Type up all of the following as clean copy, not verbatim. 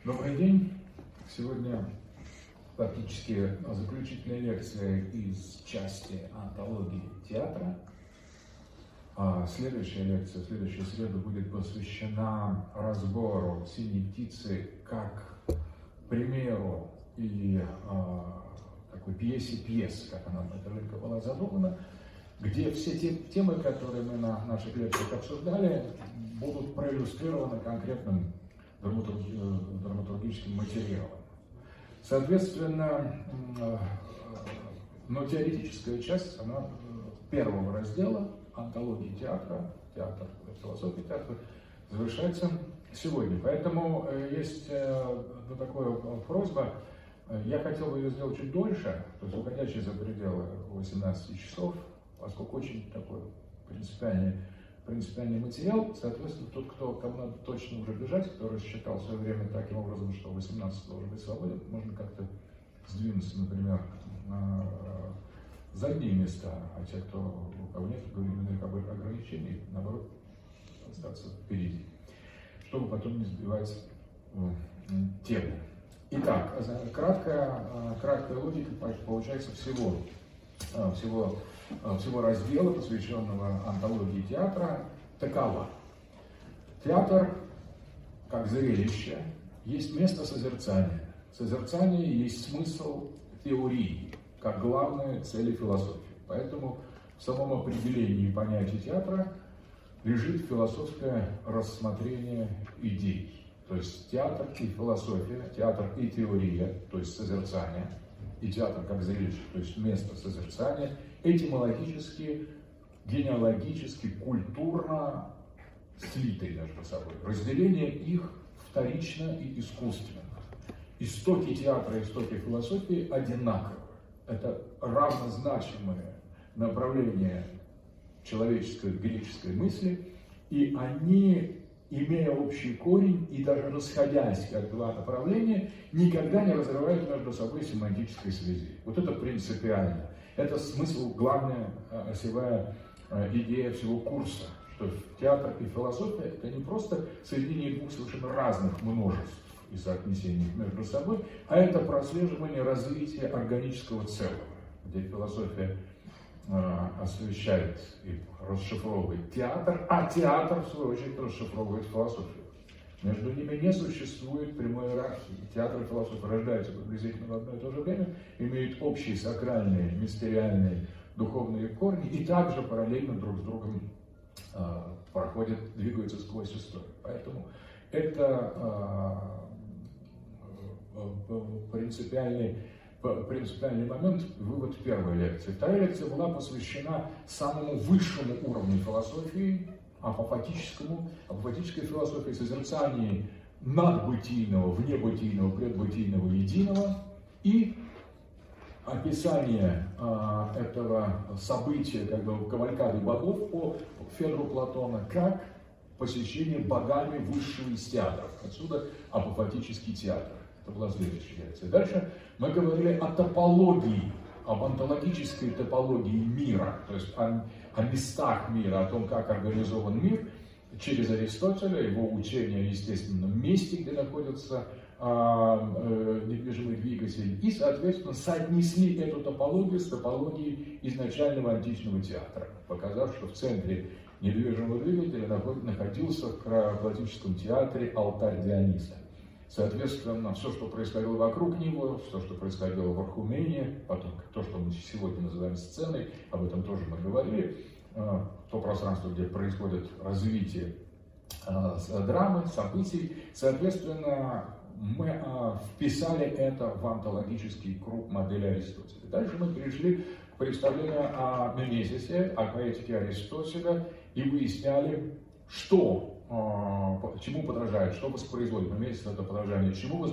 Добрый день. Сегодня практически заключительная лекция из части антологии театра. Следующая лекция, в следующую среду будет посвящена разбору «Синей птицы» как примеру и такой пьесе, как она на этом рынке была задумана, где все те темы, которые мы на наших лекциях обсуждали, будут проиллюстрированы конкретным драматургическим материалом. Соответственно, но теоретическая часть, она первого раздела антологии театра, философии театра, завершается сегодня. Поэтому есть такая просьба, я хотел бы ее сделать чуть дольше, то есть уходящие за пределы 18 часов, поскольку очень такой принципиальный материал. Соответственно, кому надо точно уже бежать, кто рассчитал свое время таким образом, что 18 должен быть свободен, можно как-то сдвинуться, например, на задние места, а те, у кого нет временных ограничений, наоборот, остаться впереди, чтобы потом не сбивать тему. Итак, краткая логика получается всего раздела, посвященного антологии театра, такова. Театр, как зрелище, есть место созерцания. Созерцание есть смысл теории, как главной цели философии. Поэтому в самом определении понятия театра лежит философское рассмотрение идей. То есть театр и философия, театр и теория, то есть созерцание, и театр как зрелище, то есть место созерцания, этимологически, генеалогически, культурно слиты между собой. Разделение их вторично и искусственно. Истоки театра и истоки философии одинаковы. Это равнозначимые направления человеческой, греческой мысли, и они, имея общий корень и даже расходясь как два направления, никогда не разрывают между собой семантической связи. Вот это принципиально. Это смысл, главная осевая идея всего курса, что театр и философия – это не просто соединение двух совершенно разных множеств и соотнесений между собой, а это прослеживание развития органического целого, где философия освещает и расшифровывает театр, а театр, в свою очередь, расшифровывает философию. Между ними не существует прямой иерархии. Театр и философия рождаются приблизительно в одно и то же время, имеют общие сакральные, мистериальные, духовные корни и также параллельно друг с другом двигаются сквозь историю. Поэтому это принципиальный момент, вывод первой лекции. Вторая лекция была посвящена самому высшему уровню философии, апофатической философии, созерцании надбытийного, внебытийного, предбытийного, единого и описание этого события, как бы кавалькады богов по Федру Платона, как посещение богами высшего из театров. Отсюда апофатический театр. Это была следующая лекция. Дальше мы говорили о топологии, об онтологической топологии мира, то есть о местах мира, о том, как организован мир через Аристотеля, его учение о естественном месте, где находится недвижимый двигатель, и, соответственно, соотнесли эту топологию с топологией изначального античного театра, показав, что в центре недвижимого двигателя находился в классическом театре алтарь Диониса. Соответственно, все, что происходило вокруг него, все, что происходило в Орхумене, потом то, что мы сегодня называем сценой, об этом тоже мы говорили, то пространство, где происходит развитие драмы, событий, соответственно, мы вписали это в онтологический круг модели Аристотеля. Дальше мы перешли к представлению о мимезисе, о поэтике Аристотеля и выясняли, чему подражает, что воспроизводит. Мимезис — это подражание, чему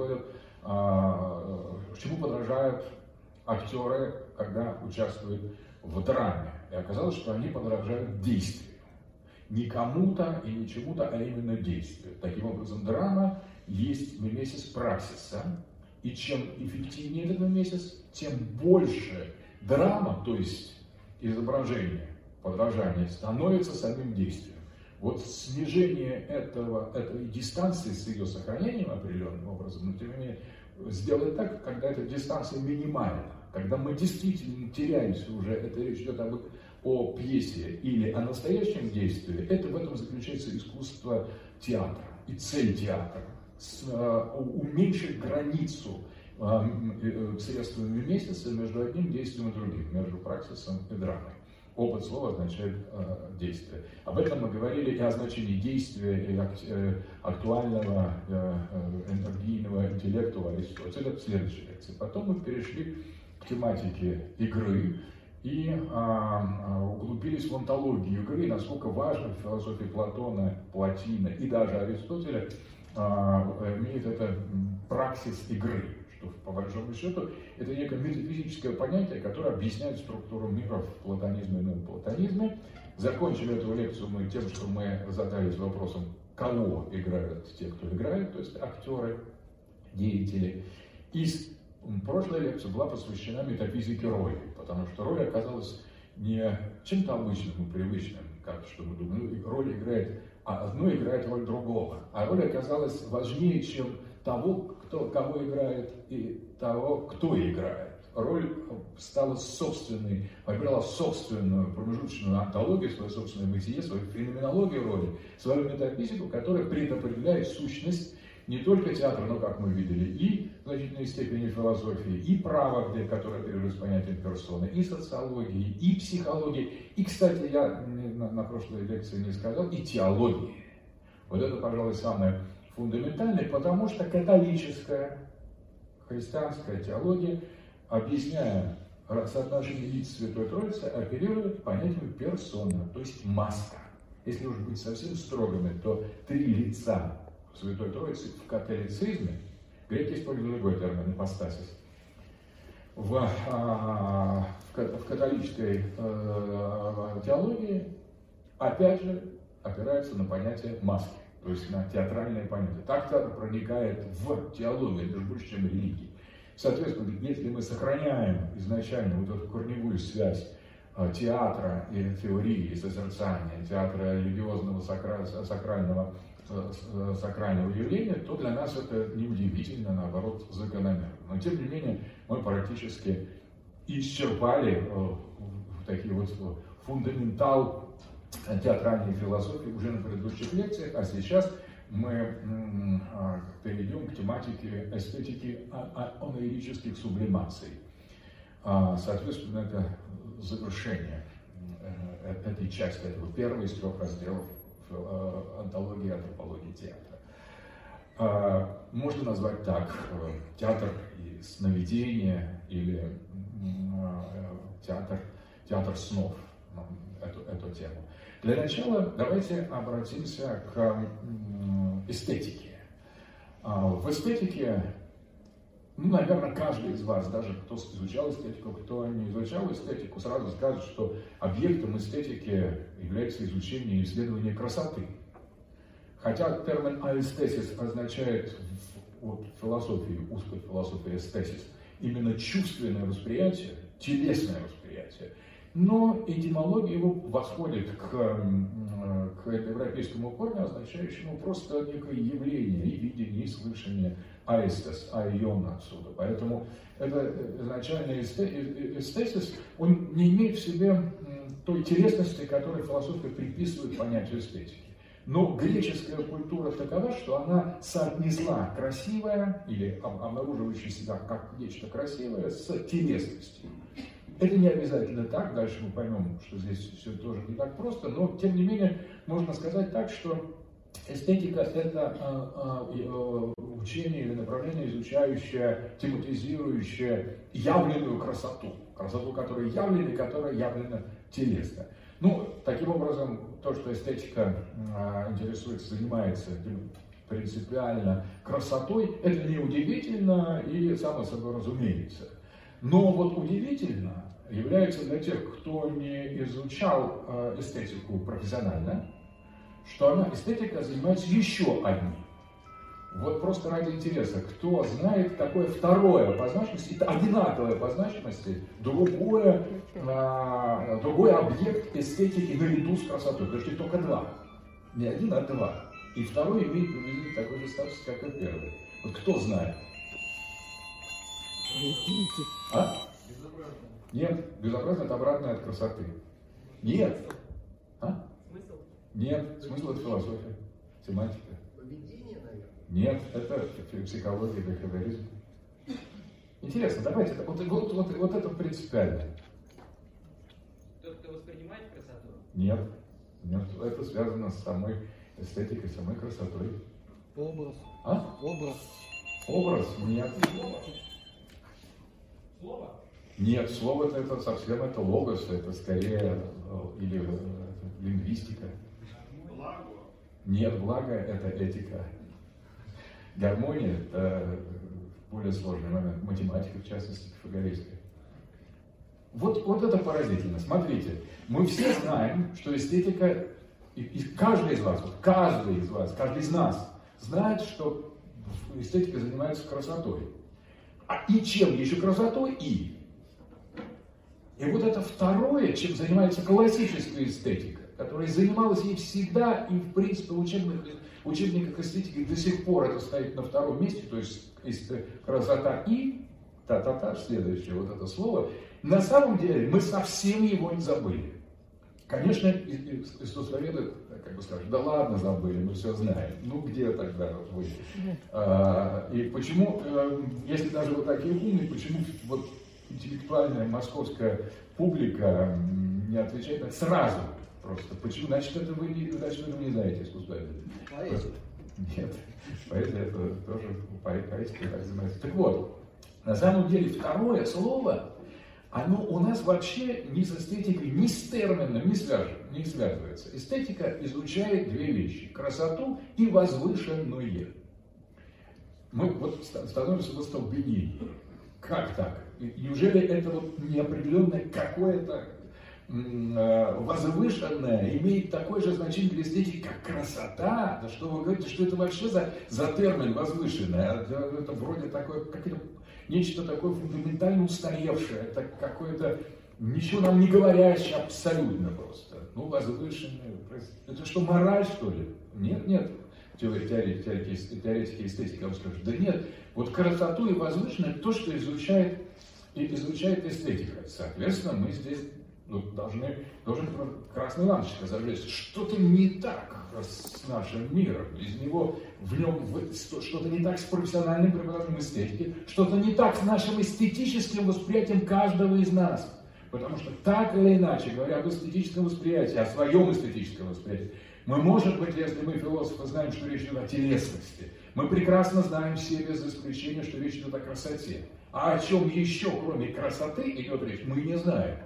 подражают актеры, когда участвуют в драме. И оказалось, что они подражают действию. Не кому-то и не чему-то, а именно действию. Таким образом, драма есть мимезис праксиса, и чем эффективнее этот мимезис, тем больше драма, то есть изображение, подражание, становится самим действием. Вот снижение этой дистанции с ее сохранением определенным образом, но тем не менее, сделать так, когда эта дистанция минимальна, когда мы действительно теряемся уже, это речь идет о пьесе или о настоящем действии, это в этом заключается искусство театра и цель театра. Уменьшить границу средствами месяца между одним действием и другим, между праксисом и драмой. Опыт слова означает действие. Об этом мы говорили и о значении действия, и актуального энергийного интеллекта у Аристотеля в следующей лекции. Потом мы перешли к тематике игры и углубились в онтологию игры, насколько важно в философии Платона, Платина и даже Аристотеля имеет это праксис игры, что по большому счету это некое метафизическое понятие, которое объясняет структуру мира в платонизме и неоплатонизме. Закончили эту лекцию мы тем, что мы задались вопросом, кого играют те, кто играет, то есть актеры, деятели. И прошлая лекция была посвящена метафизике роли, потому что роль оказалась не чем-то обычным и привычным, как что мы думаем, роль играет, одно играет роль другого, а роль оказалась важнее, чем того, кого играет, и того, кто играет. Роль стала собственной, выбрала собственную промежуточную онтологию, свое собственное бытие, свою феноменологию роли, свою метафизику, которая предопределяет сущность не только театра, но, как мы видели, и в значительной степени философии, и права, которое пережит с понятием персоны, и социологии, и психологии, и, кстати, я на прошлой лекции не сказал, и теологии. Вот это, пожалуй, самое фундаментальное, потому что католическая, христианская теология, объясняя соотношение лиц Святой Троицы, оперирует понятием персона, то есть маска. Если уж быть совсем строгими, то три лица Святой Троицы в католицизме, греки используют другой термин, ипостасис. В католической теологии, опять же, опирается на понятие маски, то есть на театральное понятие. Так театр проникает в теологию, даже больше, чем религии. Соответственно, если мы сохраняем изначально вот эту корневую связь театра и теории, и созерцания, театра религиозного, сакрального явления, то для нас это неудивительно, наоборот, закономерно. Но тем не менее мы практически исчерпали такие вот фундаментал театральной философии уже на предыдущих лекциях, а сейчас мы перейдем к тематике эстетики онеирических сублимаций. Соответственно, это завершение этой части, этого первого из трех разделов онтологии и антропологии театра. Можно назвать так: театр и сновидения или театр снов, эту тему. Для начала давайте обратимся к эстетике. В эстетике, наверное, каждый из вас, даже кто изучал эстетику, кто не изучал эстетику, сразу скажет, что объектом эстетики является изучение и исследование красоты. Хотя термин аэстесис означает в философии, узкой философии эстесис, именно чувственное восприятие, телесное восприятие. Но этимология его восходит к европейскому корню, означающему просто некое явление, и видение, и слышание, аэстес, айон отсюда. Поэтому это изначально эстесис, он не имеет в себе той телесности, которую философия приписывает понятию эстетики. Но греческая культура такова, что она соотнесла красивое или обнаруживающее себя как нечто красивое с телесностью. Это не обязательно так, дальше мы поймем, что здесь все тоже не так просто, но тем не менее можно сказать так, что эстетика – это учение или направление, изучающее, тематизирующее явленную красоту. Красоту, которая явлена телесно. Ну, таким образом, то, что эстетика интересуется, занимается принципиально красотой, это не удивительно и само собой разумеется. Но вот удивительно является для тех, кто не изучал эстетику профессионально, что эстетика занимается еще одним. Вот просто ради интереса, кто знает, какое второе по значимости, это одинаковое по значимости, другой объект эстетики наряду с красотой, потому что их только два. Не один, а два. И второй имеет приблизительно такой же статус, как и первый. Вот кто знает? А? Нет, безобразно это обратное от красоты. Нет. А? Смысл? Нет, смысл это философия, семантика. Поведение, наверное. Нет, это психология, бихевиоризм. Интересно, давайте, вот это принципиально. Тот, кто воспринимает красоту? Нет, нет, это связано с самой эстетикой, самой красотой. Образ. А? Образ. Образ? Нет. Слово? Нет, слово это совсем это логос, это скорее или лингвистика. Благо? Нет, благо это этика. Гармония это более сложный момент, математика, в частности, пифагористика. Вот это поразительно. Смотрите, мы все знаем, что эстетика, и каждый из вас, каждый из нас знает, что эстетика занимается красотой. И чем еще красотой? И вот это второе, чем занимается классическая эстетика, которая занималась ей всегда, и в принципе в учебниках эстетики до сих пор это стоит на втором месте, то есть красота и та-та-та, следующее вот это слово, на самом деле мы совсем его не забыли. Конечно, искусствоведы как бы скажут, да ладно, забыли, мы все знаем. Ну где тогда вы? И почему, если даже вы такие умные, почему вот интеллектуальная московская публика не отвечает так сразу просто? Почему? Значит, вы не знаете искусствоведы. Поэзия. Нет, поэзия это тоже поэтика так занимается. Так вот, на самом деле второе слово, оно у нас вообще ни с эстетикой, ни с термином не связывается. Эстетика изучает две вещи: красоту и возвышенное. Мы вот становимся в остолбенении. Как так? Неужели это вот неопределенное какое-то возвышенное имеет такое же значение для эстетики, как красота? Да что вы говорите, что это вообще за термин возвышенное? Это вроде такое, как это, нечто такое фундаментально устаревшее, это какое-то ничего нам не говорящее абсолютно просто. Ну, возвышенное. Это что, мораль, что ли? Нет. Теоретики эстетики вам скажут, да нет, вот красоту и возвышенное то, что изучает эстетика. Соответственно, мы здесь должен красный лампочка зажечься. Что-то не так с нашим миром. В нем что-то не так с профессиональным преподаванием эстетики, что-то не так с нашим эстетическим восприятием каждого из нас. Потому что так или иначе, говоря об эстетическом восприятии, о своем эстетическом восприятии, мы, может быть, если мы философы, знаем, что речь идет о телесности, мы прекрасно знаем все без исключения, что речь идет о красоте. А о чем еще, кроме красоты, идет речь, мы не знаем.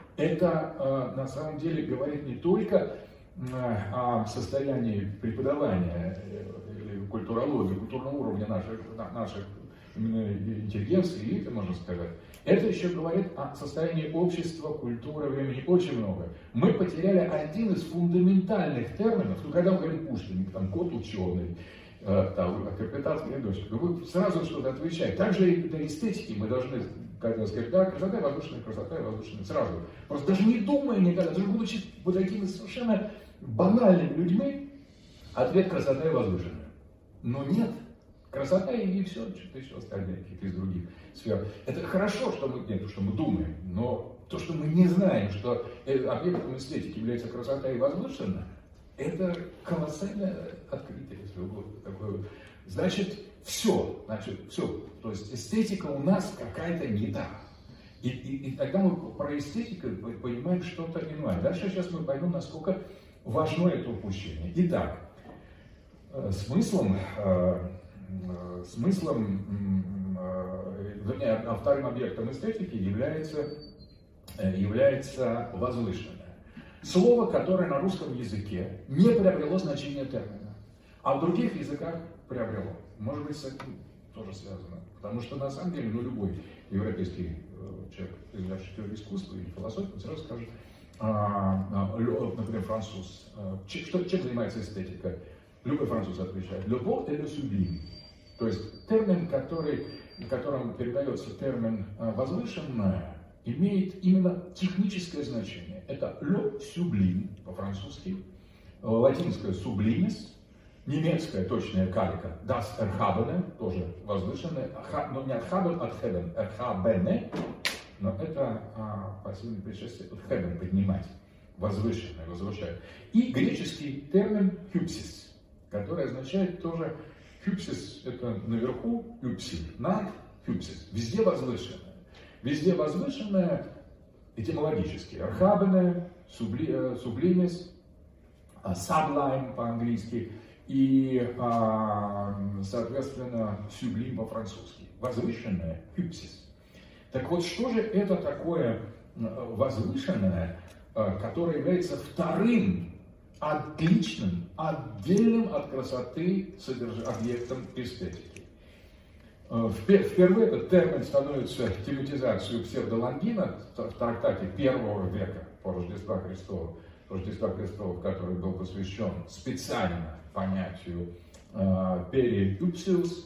Это на самом деле говорит не только о состоянии преподавания или культурологии, культурного уровня наших интеллигенции, элиты, можно сказать. Это еще говорит о состоянии общества, культуры, времени, очень много. Мы потеряли один из фундаментальных терминов, когда мы говорим Пушкин, там кот ученый, капитанская дочка, вы сразу что-то отвечаете. Также и для эстетики мы должны, когда сказать, да, красота и возвышенная, сразу. Просто даже не думая никогда, даже будучи вот такими совершенно банальными людьми, ответ красота и возвышенная. Но нет, красота и все, что-то еще остальное, какие-то из других сфер. Это хорошо, что мы думаем, но то, что мы не знаем, что объектом эстетики является красота и возвышенная, это колоссальное открытие, если угодно. Такое. Значит, все. То есть эстетика у нас какая-то не та. И тогда мы про эстетику понимаем что-то иное. Дальше сейчас мы поймем, насколько важно это упущение. Итак, вторым объектом эстетики является возвышенное. Слово, которое на русском языке не приобрело значение термина, а в других языках приобрело. Может быть, с этим тоже связано. Потому что на самом деле, любой европейский человек, изучавший теорию искусства и философию, сразу скажет, например, француз, чем занимается эстетика? Любой француз отвечает, le beau et le sublime. То есть термин, которым передается термин возвышенное, имеет именно техническое значение. Это le sublime по-французски. латинское sublimis, немецкая точная калька das Erhabene, тоже возвышенное, но не erhaben от heaven, erhabene, но это пассивное предшествие от heaven, поднимать, возвышенное, возвышать. И греческий термин hypsis, который означает тоже, hypsis это наверху, hypsin, над, hypsis, везде возвышенное. Везде возвышенное этимологически, erhabene, sublimis, sublime по-английски, и, соответственно, sublime по-французски. Возвышенное hypsis. Так вот, что же это такое возвышенное, которое является вторым, отличным, отдельным от красоты объектом эстетики? Впервые этот термин становится тематизацией псевдолонгина в трактате первого века по Рождества Христова, который был посвящен специально понятию периюпсиус,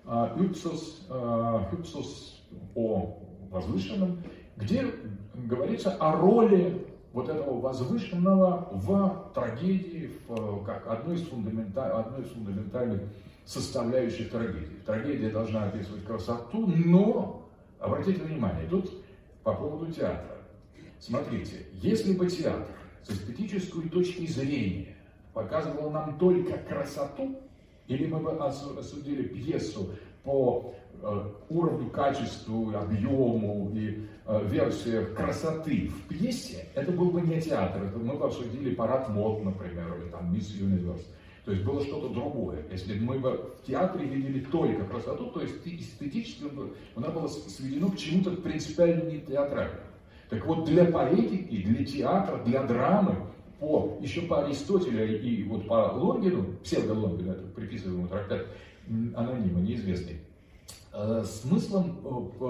юпсус о возвышенном, где говорится о роли вот этого возвышенного в трагедии, как одной из фундаментальных составляющих трагедии. Трагедия должна описывать красоту, но, обратите внимание, тут по поводу театра. Смотрите, если бы театр с эстетической точки зрения показывал нам только красоту, или мы бы осудили пьесу по уровню, качеству, объему и версиях красоты в пьесе, это был бы не театр, это мы бы обсудили парад мод, например, или там Мисс Юниверс. То есть было что-то другое. Если бы мы бы в театре видели только красоту, то есть эстетически она была сведена к чему-то принципиально не театральному. Так вот, для поэтики, для театра, для драмы, еще по Аристотелю и вот по Лонгину, псевдо-Лонгину, это приписываемый трактат анонима, неизвестный, смыслом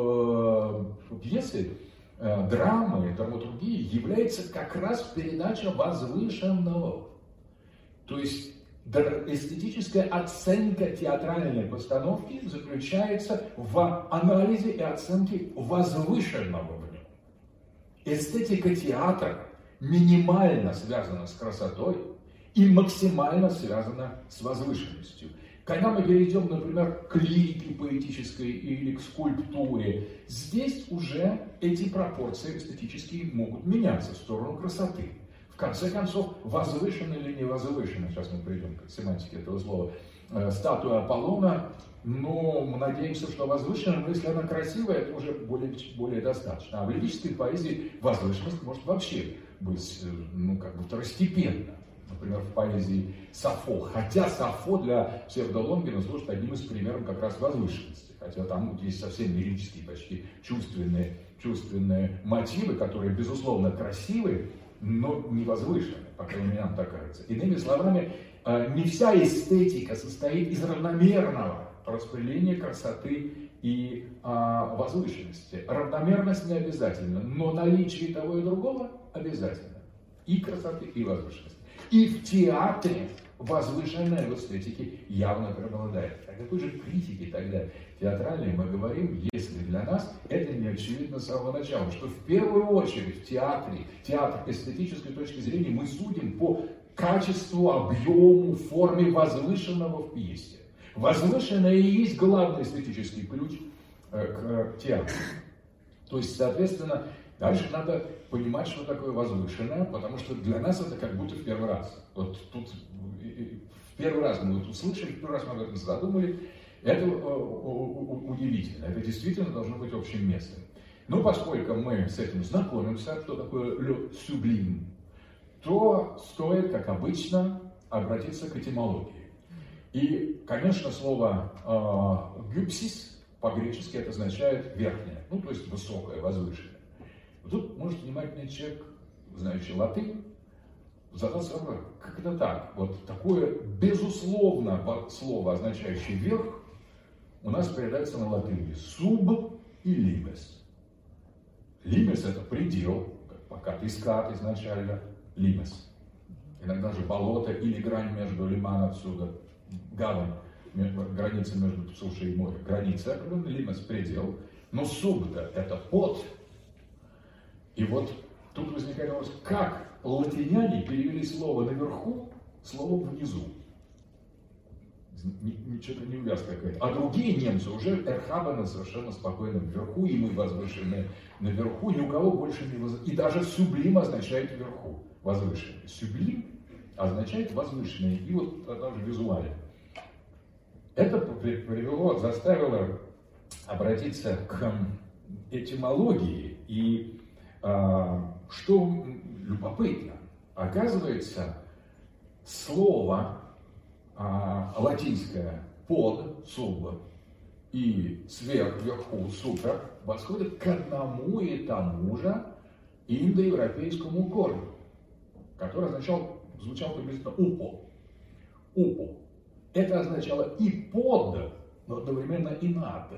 пьесы, драмы, драматургии является как раз передача возвышенного. То есть эстетическая оценка театральной постановки заключается в анализе и оценке возвышенного в нем. Эстетика театра минимально связана с красотой и максимально связана с возвышенностью. Когда мы перейдем, например, к лирике поэтической или к скульптуре, здесь уже эти пропорции эстетические могут меняться в сторону красоты. В конце концов, возвышенно или не возвышенно, сейчас мы придем к семантике этого слова, статуя Аполлона, но мы надеемся, что возвышенно, но если она красивая, это уже более достаточно. А в лирической поэзии возвышенность может вообще быть, второстепенна. Например, в поэзии Сафо. Хотя Сафо для псевдолонгина служит одним из примеров как раз возвышенности. Хотя там есть совсем лирические, почти чувственные мотивы, которые, безусловно, красивые, но не возвышенные, по крайней мере, нам так кажется. Иными словами, не вся эстетика состоит из равномерного распределения красоты и возвышенности. Равномерность не обязательно, но наличие того и другого обязательно. И красоты, и возвышенности. И в театре возвышенное в эстетике явно преобладает. О какой же критике тогда театральной мы говорим, если для нас это не очевидно с самого начала, что в первую очередь в театре, театр эстетической точки зрения мы судим по качеству, объему, форме возвышенного в пьесе. Возвышенное и есть главный эстетический ключ к театру. То есть, соответственно, дальше надо понимать, что такое возвышенное, потому что для нас это как будто в первый раз. Вот тут в первый раз мы это услышали, в первый раз мы об этом задумали. Это удивительно. Это действительно должно быть общим местом. Но поскольку мы с этим знакомимся, что такое le sublime, то стоит, как обычно, обратиться к этимологии. И, конечно, слово gypsis по-гречески это означает верхнее, то есть высокое, возвышенное. Тут может внимательный человек, знающий латынь, задаться вопросом, как это так? Вот такое, безусловно, слово, означающее верх, у нас передается на латыни sub и limes. Limes это предел, пока искат изначально, limes. Иногда же болото или грань между лиман отсюда, гавань, граница между сушей и морем. Граница, определенно, limes предел, но sub-то это под. И вот тут возникает вопрос, как латиняне перевели слово наверху слово внизу. Что-то неувязка какая-то. А другие немцы уже Эрхабена совершенно спокойно вверху, и мы возвышены наверху, ни у кого больше не возвышены. И даже сюблим означает вверху, возвышенный. Сюблим означает возвышенный, и вот даже визуально. Это привело, заставило обратиться к этимологии, и что любопытно, оказывается, слово латинское под, суб, и сверх, вверху, супер, восходит к одному и тому же индоевропейскому корню, который звучал приблизительно упо. Упо. Это означало и под, но одновременно и над.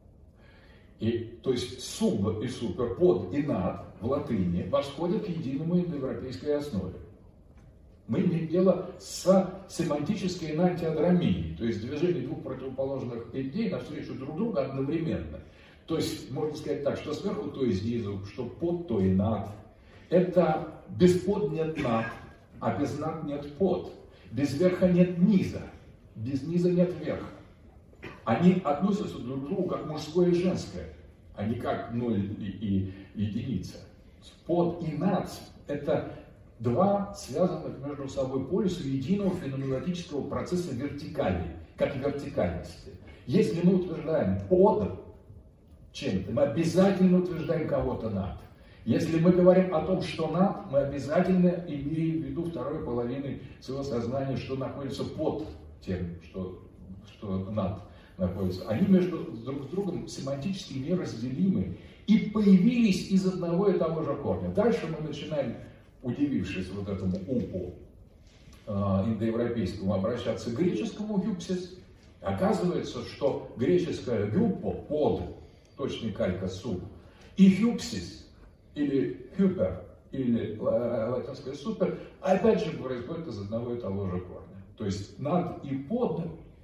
И, то есть суб и супер, под и над в латыни восходят к единому индоевропейской основе. Мы имеем дело с семантической энантиодромией, то есть движение двух противоположных идей навстречу друг другу одновременно. То есть можно сказать так, что сверху, то и снизу, что под, то и над. Это без под нет над, а без над нет под. Без верха нет низа, без низа нет верха. Они относятся друг к другу как мужское и женское, а не как ноль и единица. Под и над – это два связанных между собой полюса единого феноменологического процесса вертикали, как вертикальности. Если мы утверждаем под чем-то, мы обязательно утверждаем кого-то над. Если мы говорим о том, что над, мы обязательно имеем в виду второй половины своего сознания, что находится под тем, что над находится. Они между друг с другом семантически неразделимы и появились из одного и того же корня. Дальше мы начинаем, удивившись вот этому упу индоевропейскому, обращаться к греческому гюпсис. Оказывается, что греческое гюппо, под, точный калька суп, и гюпсис, или хюпер, или латинское супер, опять же происходит из одного и того же корня. То есть над и под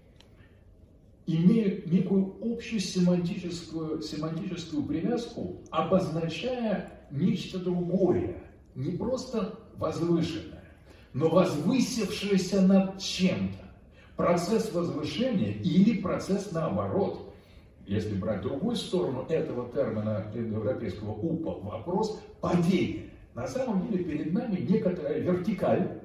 имеют некую общую семантическую привязку, обозначая нечто другое. Не просто возвышенное, но возвысившееся над чем-то. Процесс возвышения или процесс наоборот. Если брать другую сторону этого термина индоевропейского упа, вопрос падения. На самом деле перед нами некоторая вертикаль,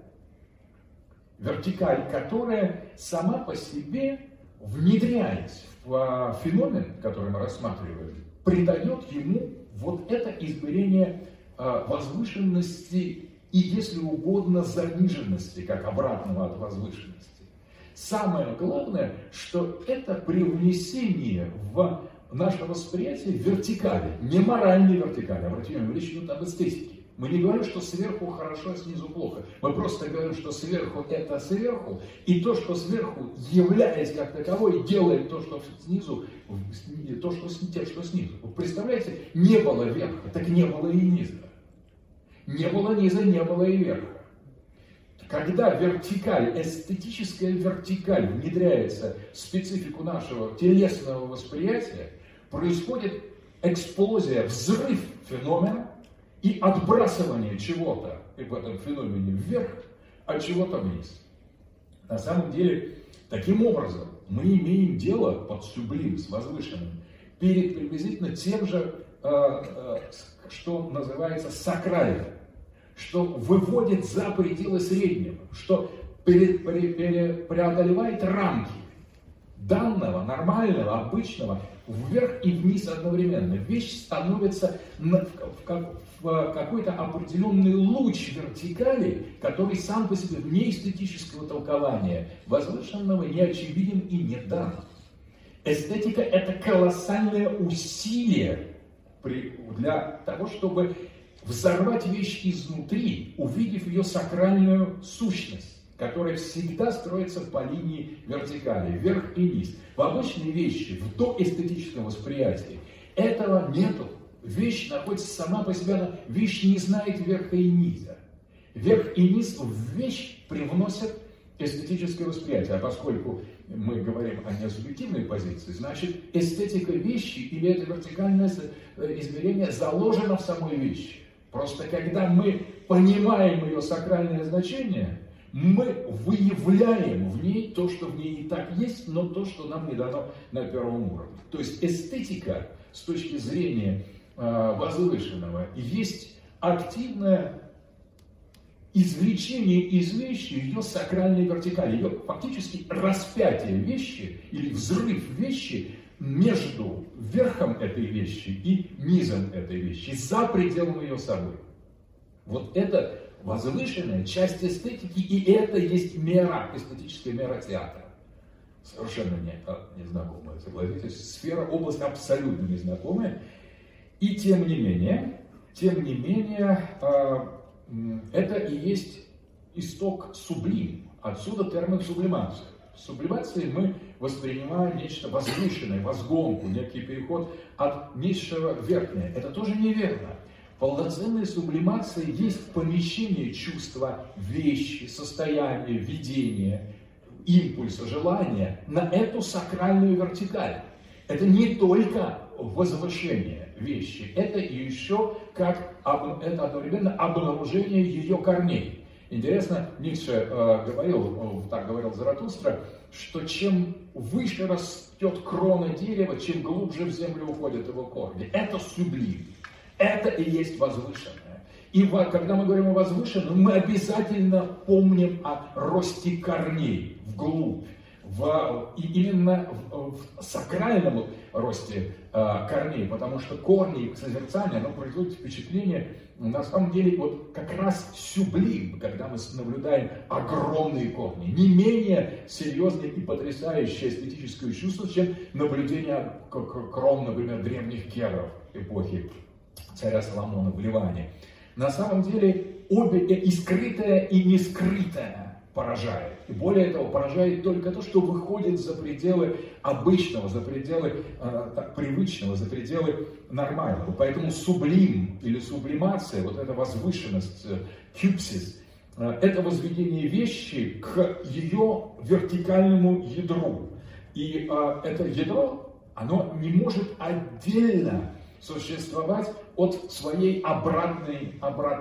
которая сама по себе, внедряясь в феномен, который мы рассматриваем, придает ему вот это измерение возвышенности и, если угодно, заниженности, как обратного от возвышенности. Самое главное, что это привнесение в наше восприятие вертикали, не моральной вертикали. Обратите внимание, речь идет об эстетике. Мы не говорим, что сверху хорошо, а снизу плохо. Мы просто говорим, что сверху это сверху, и то, что сверху, являясь как таковой, делает то, что снизу, тем, что снизу. Вы представляете, не было верха, так не было и низа. Не было низа, не было и верха. Когда вертикаль, эстетическая вертикаль внедряется в специфику нашего телесного восприятия, происходит эксплозия, взрыв феномена и отбрасывание чего-то в этом феномене вверх, а чего-то вниз. На самом деле, таким образом, мы имеем дело под сюблим, с возвышенным, перед приблизительно тем же, что называется сакральным, что выводит за пределы среднего, что преодолевает рамки данного, нормального, обычного, вверх и вниз одновременно. Вещь становится в какой-то определенный луч вертикали, который сам по себе вне эстетического толкования возвышенного не очевиден и не дан. Эстетика – это колоссальное усилие для того, чтобы взорвать вещь изнутри, увидев ее сакральную сущность, которая всегда строится по линии вертикали, вверх и низ. В обычной вещи, в доэстетическом восприятии этого нету. Вещь находится сама по себе, вещь не знает верха и низа. Верх и низ в вещь привносят эстетическое восприятие. А поскольку мы говорим о несубъективной позиции, значит эстетика вещи или это вертикальное измерение заложено в самой вещи. Просто когда мы понимаем ее сакральное значение, Мы выявляем в ней то, что в ней и так есть, но то, что нам не дано на первом уровне. То есть эстетика с точки зрения возвышенного есть активное извлечение из вещи ее сакральной вертикали, ее фактически распятие вещи или взрыв вещи между верхом этой вещи и низом этой вещи, за пределом ее собой. Вот это возвышенная часть эстетики, и это есть мера, эстетическая мера театра. Совершенно незнакомая, согласитесь, сфера, область абсолютно незнакомая. И тем не менее, это и есть исток сублим. Отсюда термин сублимация. В сублимации мы воспринимаем нечто возвышенное, возгонку, некий переход от низшего в верхнее. Это тоже неверно. Полноценная сублимация есть помещение чувства, вещи, состояния, видения, импульса, желания на эту сакральную вертикаль. Это не только возвышение вещи, это еще как это одновременно обнаружение ее корней. Интересно, Ницше говорил, так говорил Заратустра, что чем выше растет крона дерева, чем глубже в землю уходят его корни. Это сублим. Это и есть возвышенное. И когда мы говорим о возвышенном, мы обязательно помним о росте корней вглубь. И именно в сакральном росте корней, потому что корни созерцания, оно производит впечатление, на самом деле, вот как раз сюблим, когда мы наблюдаем огромные корни, не менее серьезное и потрясающее эстетическое чувство, чем наблюдение крон, например, древних кедров эпохи царя Соломона в Ливане. На самом деле, обе и скрытое, и не скрытое поражает. И более того, поражает только то, что выходит за пределы обычного, за пределы привычного, за пределы нормального. Поэтому сублим или сублимация, вот эта возвышенность, кюпсис, это возведение вещи к ее вертикальному ядру. И это ядро, оно не может отдельно существовать от своей обратной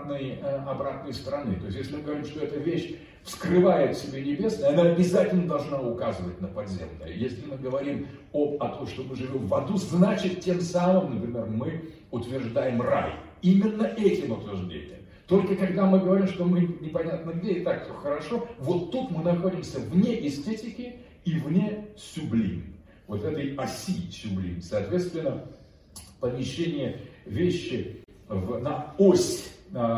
стороны. То есть, если мы говорим, что эта вещь вскрывает в себе небесное, она обязательно должна указывать на подземное. Если мы говорим о том, что мы живем в аду, значит, тем самым, например, мы утверждаем рай. Именно этим утверждением. Только когда мы говорим, что мы непонятно где, и так все хорошо, вот тут мы находимся вне эстетики и вне сюблим. Вот этой оси сюблим. Соответственно, помещение вещи на ось,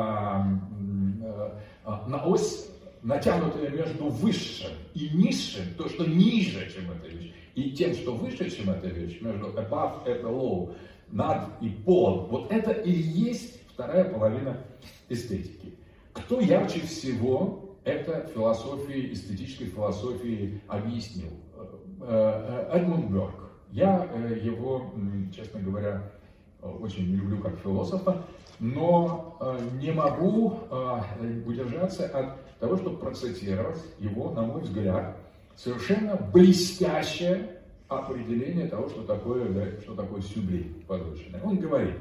натянутая между высшим и низшим, то, что ниже, чем эта вещь, и тем, что выше, чем эта вещь, между above и below, над и под, вот это и есть вторая половина эстетики. Кто ярче всего это философии, эстетической философии объяснил? Эдмунд Бёрк. Я его, честно говоря, очень люблю как философа, но не могу удержаться от того, чтобы процитировать его, на мой взгляд, совершенно блестящее определение того, что такое сюблим, возвышенное. Он говорит,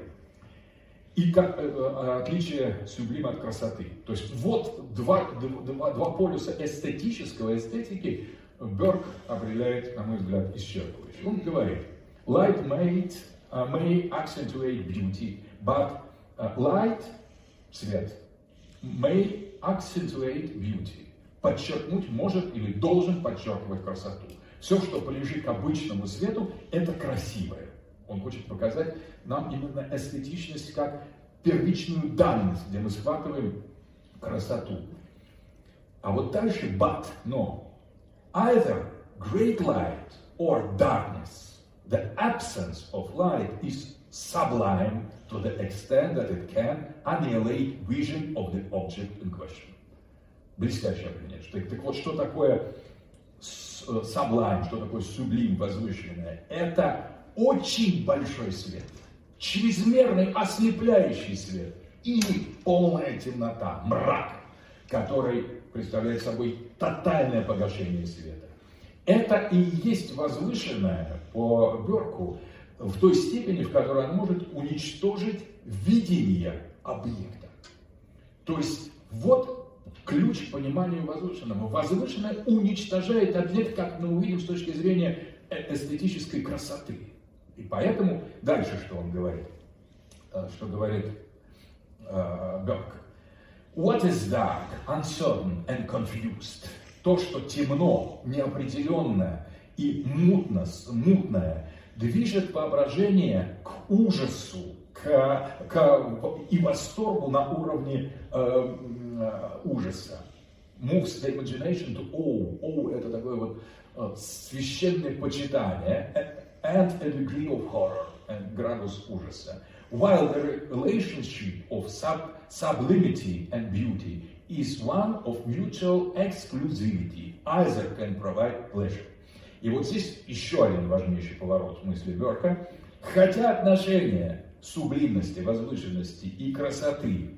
и как отличие сюблима от красоты. То есть вот два полюса эстетики Бёрк определяет, на мой взгляд, исчерпывающе. Он говорит, light may accentuate beauty, but light, свет, may accentuate beauty. Подчеркнуть может или должен подчеркивать красоту. Все, что полежит к обычному свету, это красивое. Он хочет показать нам именно эстетичность как первичную данность, где мы схватываем красоту. А вот дальше but, но. Either great light or darkness. The absence of light is sublime to the extent that it can annihilate vision of the object in question. Блестящее определение. Так вот, что такое sublime, что такое sublime, возвышенное? Это очень большой свет, чрезмерный ослепляющий свет или полная темнота, мрак, который представляет собой тотальное погашение света. Это и есть возвышенное по Бёрку в той степени, в которой оно может уничтожить видение объекта. То есть вот ключ к пониманию возвышенного. Возвышенное уничтожает объект, как мы увидим, с точки зрения эстетической красоты. И поэтому дальше что он говорит? Что говорит Бёрк? What is dark, uncertain and confused? То, что темно, неопределенное и мутное, движет воображение к ужасу, и восторгу на уровне ужаса. Moves the imagination to awe. Awe — это такое вот священное почитание. And a degree of horror, градус ужаса. While the relationship of sublimity and beauty is one of mutual exclusivity, either can provide pleasure. И вот здесь еще один важнейший поворот мысли Бёрка. Хотя отношения сублимности, возвышенности и красоты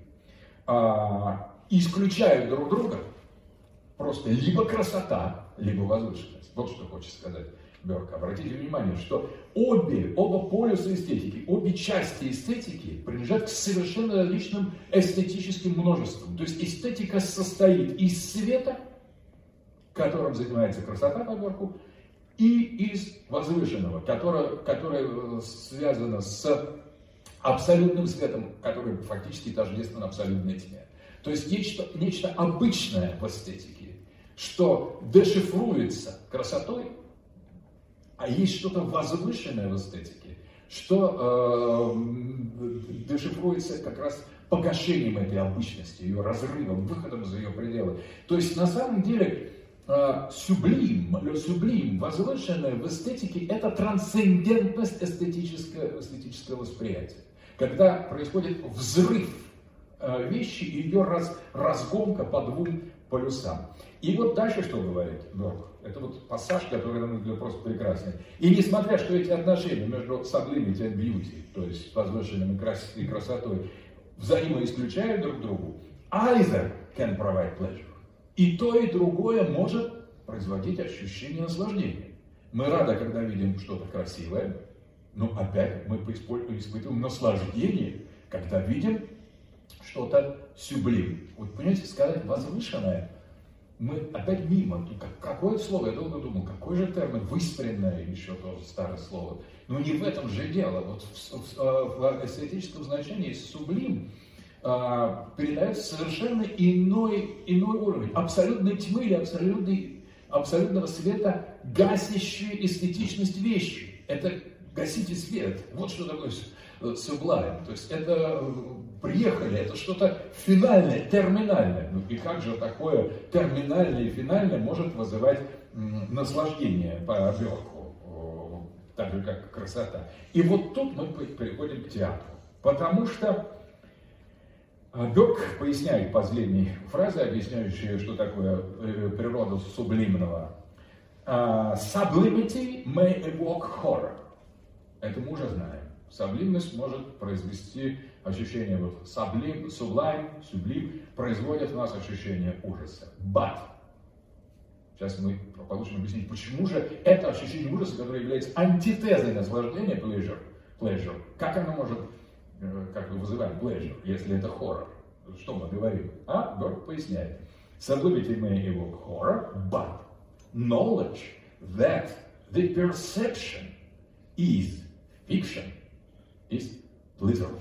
исключают друг друга, просто либо красота, либо возвышенность. Вот что хочет сказать Бёрк. Обратите внимание, что оба полюса эстетики, обе части эстетики принадлежат к совершенно различным эстетическим множествам. То есть эстетика состоит из света, которым занимается красота по Бёрку, и из возвышенного, которое связано с абсолютным светом, который фактически тождествен абсолютной тьме. То есть нечто обычное в эстетике, что дешифруется красотой, а есть что-то возвышенное в эстетике, что дешифруется как раз погашением этой обычности, ее разрывом, выходом за ее пределы. То есть на самом деле сублим, возвышенное в эстетике — это трансцендентность эстетического восприятия. Когда происходит взрыв вещи и ее разгонка по двум полюсам. И вот дальше что говорит Бёрк? Это вот пассаж, который, на мой взгляд, просто прекрасный. И несмотря, что эти отношения между sublimity and beauty, то есть возвышенным и красотой, взаимоисключают друг другу, either can provide pleasure. И то, и другое может производить ощущение наслаждения. Мы рады, когда видим что-то красивое, но опять мы испытываем наслаждение, когда видим что-то сублим. Вот, понимаете, сказать возвышенное, мы опять мимо. Какое слово? Я долго думал, какой же термин? Выспренное еще тоже старое слово. Но не в этом же дело. Вот в эстетическом значении сублим передает совершенно иной уровень. Абсолютной тьмы или абсолютного света, гасящую эстетичность вещи. Это гасите свет. Вот что такое sublime. То есть это приехали, это что-то финальное, терминальное. Ну и как же такое терминальное и финальное может вызывать наслаждение по Бёрку, так же как красота. И вот тут мы переходим к театру. Потому что Бёрк поясняет последней фразой, объясняющей, что такое природа сублимного. Sublimity may evoke horror. Это мы уже знаем. Сублимность может произвести ощущение, вот sublime, производит в нас ощущение ужаса. But, сейчас мы получим объяснить, почему же это ощущение ужаса, которое является антитезой наслаждения, pleasure, как оно может, как мы вызываем pleasure, если это хоррор? Что мы говорим? Бёрк поясняет. Sublimity may evoke horror, but knowledge that the perception is fiction is pleasureful.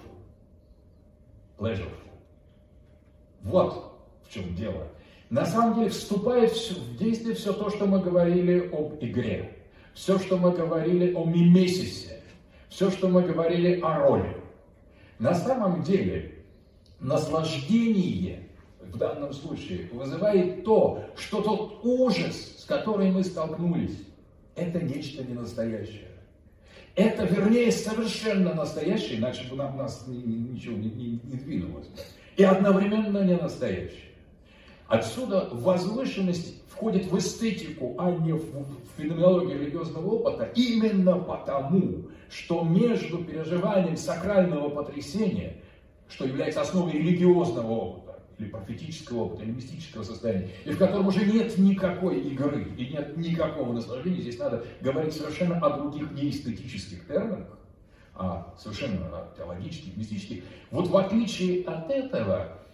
Вот в чем дело. На самом деле вступает в действие все то, что мы говорили об игре, все, что мы говорили о мимесисе, все, что мы говорили о роли. На самом деле наслаждение в данном случае вызывает то, что тот ужас, с которым мы столкнулись, это нечто ненастоящее. Это, вернее, совершенно настоящее, иначе бы нас ничего не двинулось. И одновременно не настоящее. Отсюда возвышенность входит в эстетику, а не в феноменологию религиозного опыта, именно потому, что между переживанием сакрального потрясения, что является основой религиозного опыта, или профетического опыта, или мистического состояния, и в котором уже нет никакой игры и нет никакого наслаждения. Здесь надо говорить совершенно о других неэстетических терминах, а совершенно о теологических, мистических. Вот в отличие от этого,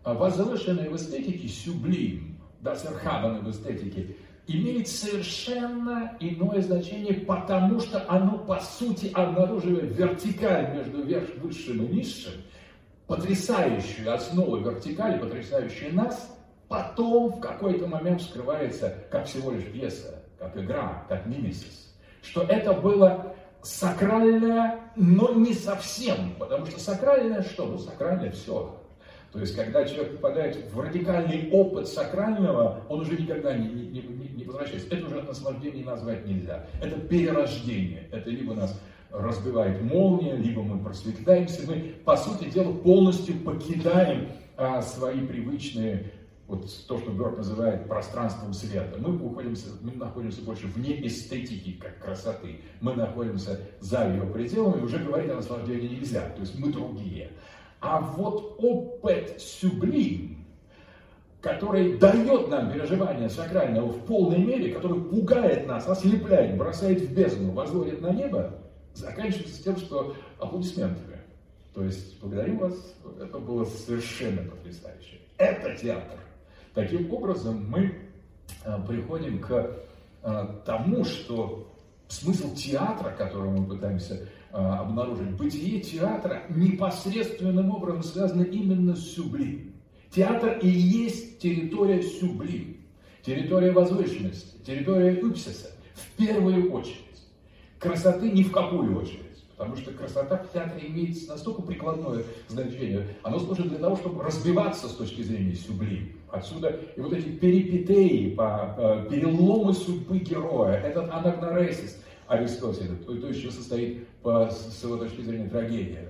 возвышенное в эстетике, сюблим, das Erhabene в эстетике, имеет совершенно иное значение, потому что оно, по сути, обнаруживает вертикаль между высшим и низшим, потрясающую основу вертикали, потрясающую нас, потом в какой-то момент вскрывается как всего лишь пьеса, как игра, как мимесис. Что это было сакральное, но не совсем, потому что сакральное что? Ну, сакральное все. То есть, когда человек попадает в радикальный опыт сакрального, он уже никогда не возвращается. Это уже наслаждение назвать нельзя. Это перерождение. Это либо нас разбивает молния, либо мы просветляемся. Мы, по сути дела, полностью покидаем свои привычные, вот то, что Бёрк называет пространством света. Мы находимся больше вне эстетики, как красоты. Мы находимся за ее пределами, и уже говорить о наслаждении нельзя. То есть мы другие. А вот опыт сюблим, который дает нам переживание сакрального в полной мере, который пугает нас, ослепляет, бросает в бездну, возводит на небо, заканчивается тем, что аплодисментами. То есть, благодарю вас, это было совершенно потрясающе. Это театр. Таким образом, мы приходим к тому, что смысл театра, который мы пытаемся обнаружить, бытие театра непосредственным образом связано именно с сюблим. Театр и есть территория сюблим, территория возвышенности, территория ипсиса в первую очередь. Красоты ни в какую очередь, потому что красота в театре имеет настолько прикладное значение. Оно служит для того, чтобы разбиваться с точки зрения сюблим. Отсюда и вот эти перипетеи, переломы судьбы героя, этот анагноресис Аристотеля, то из чего состоит, с его точки зрения, трагедия.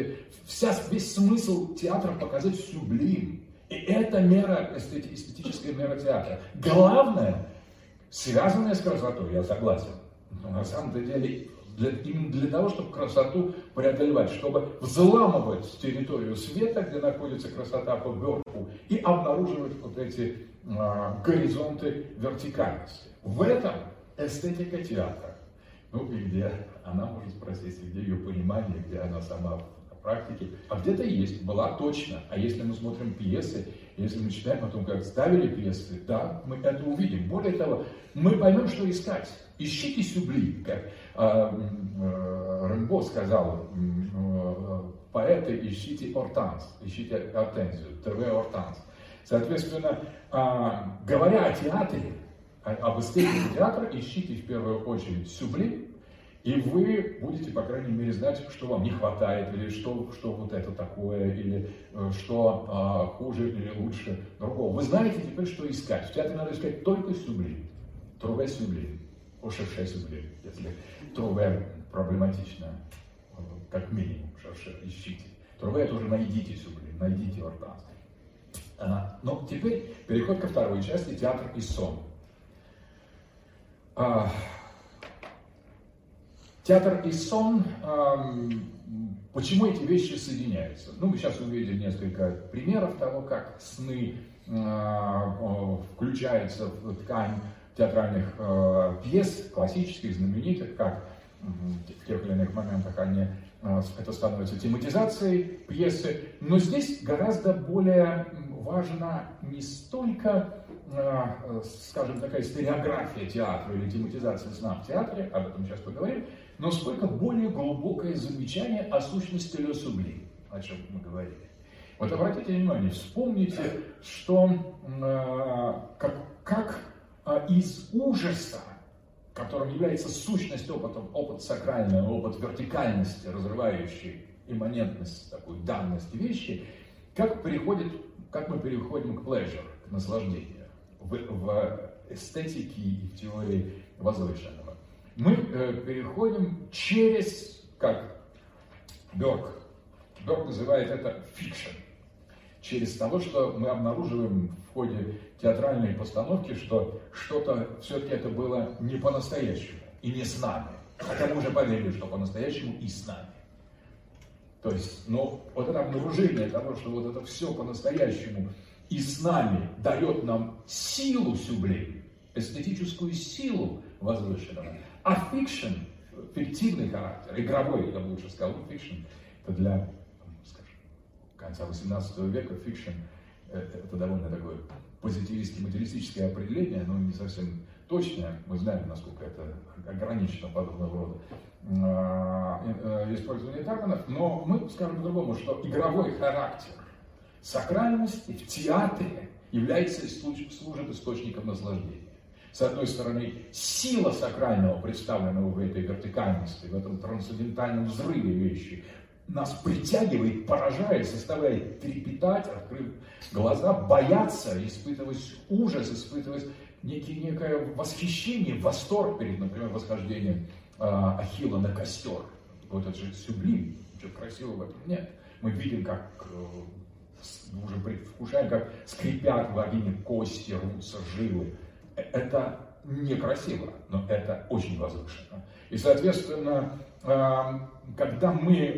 Весь смысл театра показать сюблим. И это мера, эстетическая мера театра. Главное, связанное с красотой, я согласен. Но на самом деле, именно для того, чтобы красоту преодолевать, чтобы взламывать территорию света, где находится красота по Бёрку, и обнаруживать вот эти горизонты вертикальности. В этом эстетика театра. Ну и где она может спросить, где ее понимание, где она сама в практике. А где-то есть, была точно. А если мы смотрим пьесы, если мы читаем о том, как ставили пьесы, да, мы это увидим. Более того, мы поймем, что искать. Ищите сюблим, как Рембо сказал, поэты, ищите ортанс, ищите ортензию, треве ортанс. Соответственно, говоря о театре, об эстетике театра, ищите в первую очередь сюблим, и вы будете, по крайней мере, знать, что вам не хватает, или что вот это такое, или что хуже или лучше другого. Вы знаете теперь, что искать. В театре надо искать только сюблим. Труве сюблим, шерше сюблим, если труве проблематично, как минимум, шерше ищите. Труве тоже найдите сюблим, найдите ортанс. Но теперь переход ко второй части, театр и сон. Театр и сон, почему эти вещи соединяются? Ну, мы сейчас увидим несколько примеров того, как сны включаются в ткань театральных пьес, классических, знаменитых, как в тех или иных моментах это становится тематизацией пьесы. Но здесь гораздо более важна не столько, скажем, такая стереография театра или тематизация сна в театре, об этом сейчас поговорим, но сколько более глубокое замечание о сущности le sublime, о чем мы говорили. Вот обратите внимание, вспомните, что как из ужаса, которым является сущность опыта, опыт сакральный, опыт вертикальности, разрывающий имманентность, такую данность вещи, как мы переходим к pleasure, к наслаждению, в эстетике и в теории возвышенного. Мы переходим через, как Бёрк называет это fiction, через того, что мы обнаруживаем в ходе театральной постановки, что что-то все-таки это было не по-настоящему и не с нами. Хотя мы уже поверили, что по-настоящему и с нами. То есть, вот это обнаружение того, что вот это все по-настоящему и с нами дает нам силу сюблим, эстетическую силу возвышенного. А фикшн, фиктивный характер, игровой, я бы лучше сказал, фикшн, это для, скажем, конца 18 века фикшн это довольно такое позитивистски-материалистическое определение, но не совсем точное. Мы знаем, насколько это ограничено подобного рода использование терминов, но мы скажем по-другому, что игровой характер сакральности в театре служит источником наслаждения. С одной стороны, сила сакрального, представленного в этой вертикальности, в этом трансцендентальном взрыве вещи, нас притягивает, поражает, заставляет трепетать, открыв глаза, бояться, испытывать ужас, испытывать некое восхищение, восторг перед, например, восхождением Ахилла на костер. Вот это же сюблим, ничего красивого в этом нет. Мы видим, как уже предвкушаем, как скрипят в огне кости, рвутся жилы. Это некрасиво, но это очень возвышенно. И, соответственно, когда мы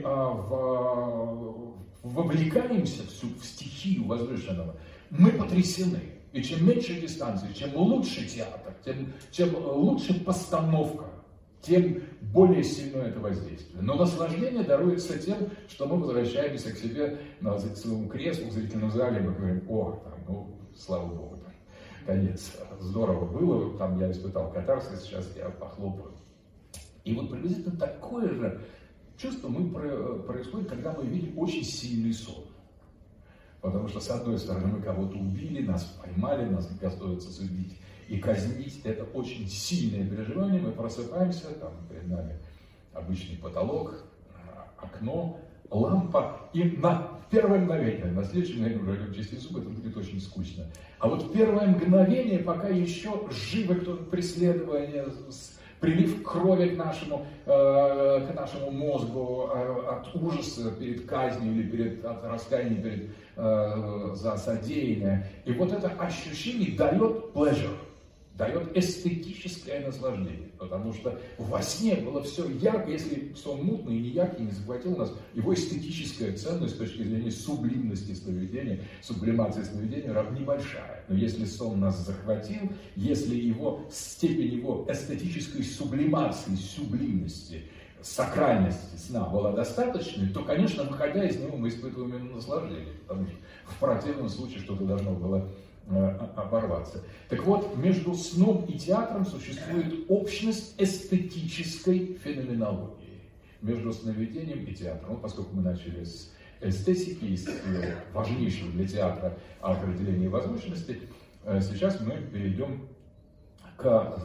вовлекаемся в стихию возвышенного, мы потрясены. И чем меньше дистанции, чем лучше театр, чем лучше постановка, тем более сильно это воздействие. Но наслаждение даруется тем, что мы возвращаемся к себе, к своему креслу, в зрительном зале, мы говорим: о, там, ну, слава Богу, там, конец, здорово было, там я испытал катарсис, сейчас я похлопаю. И вот приблизительно такое же чувство происходит, когда мы видим очень сильный сон. Потому что, с одной стороны, мы кого-то убили, нас поймали, нас готовятся судить и казнить. Это очень сильное переживание. Мы просыпаемся, там перед нами обычный потолок, окно, лампа. И на первое мгновение, на следующее мгновение уже идем чистить зубы, это будет очень скучно. А вот первое мгновение, пока еще живо кто-то преследование, прилив крови к нашему мозгу от ужаса перед казнью или от раскаяния за содеянное. И вот это ощущение дает pleasure, дает эстетическое наслаждение. Потому что во сне было все ярко, если сон мутный и не яркий, не захватил нас, его эстетическая ценность с точки зрения сублимности сновидения, сублимации сновидения небольшая. Но если сон нас захватил, если степень его эстетической сублимации, сублимности, сакральности сна была достаточной, то, конечно, выходя из него, мы испытываем именно наслаждение, потому что в противном случае что-то должно было оборваться. Так вот, между сном и театром существует общность эстетической феноменологии. Между сновидением и театром. Вот поскольку мы начали с эстетики, с важнейшего для театра определения возвышенности, сейчас мы перейдем к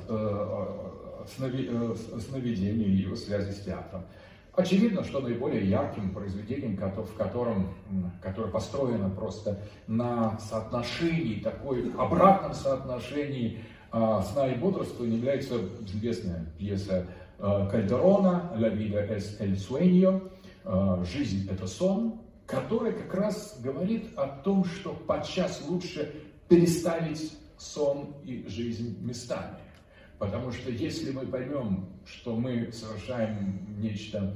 сновидению и его связи с театром. Очевидно, что наиболее ярким произведением, которое построено просто на соотношении, обратном соотношении сна и бодрствования, является известная пьеса Кальдерона «La vida es el sueño», «Жизнь – это сон», которая как раз говорит о том, что подчас лучше переставить сон и жизнь местами. Потому что если мы поймем, что мы совершаем нечто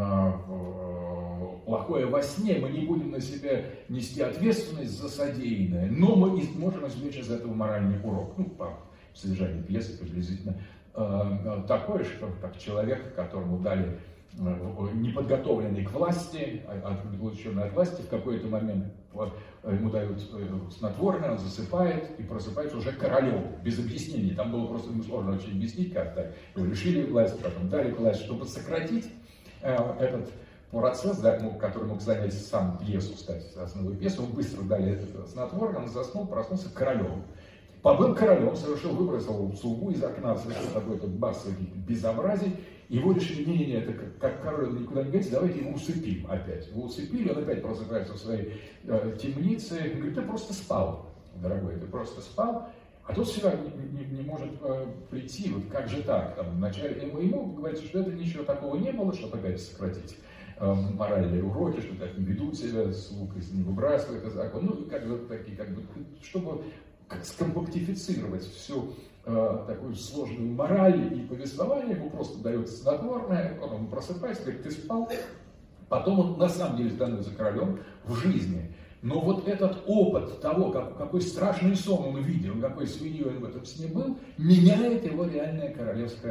плохое во сне, мы не будем на себе нести ответственность за содеянное, но мы можем извлечь из этого моральный урок. Ну, по содержанию пьесы приблизительно такое, что как человек, которому дали неподготовленный к власти, отлученный от власти, в какой-то момент ему дают снотворное, он засыпает и просыпается уже королем, без объяснений. Там было просто сложно очень объяснить как-то. Его лишили власти, потом дали власть, чтобы сократить этот процесс, да, который мог занять сам пьесу, стать основой пьесы. Он быстро дали это снотворное, он заснул, проснулся королем. Побыл королем, выбросил слугу из окна, совершил какой-то массовый безобразие. Его решили: не-не-не, это как король никуда не годится, давайте его усыпим опять. Его усыпили, он опять просыпается в своей темнице и говорит: ты просто спал, дорогой, ты просто спал. А тут сюда не может прийти, вот как же так? Там, вначале ему говорится, что это ничего такого не было, чтобы опять сократить моральные уроки, что так не ведут себя, слуг не выбрасывают из закона. Ну, как бы такие, чтобы скомпактифицировать всю такую сложную мораль и повествование, ему просто дается снотворное, он просыпается, говорит: ты спал. Потом он на самом деле становится королем в жизни. Но вот этот опыт того, какой страшный сон он видел, какой свиньей он в этом сне был, меняет его реальное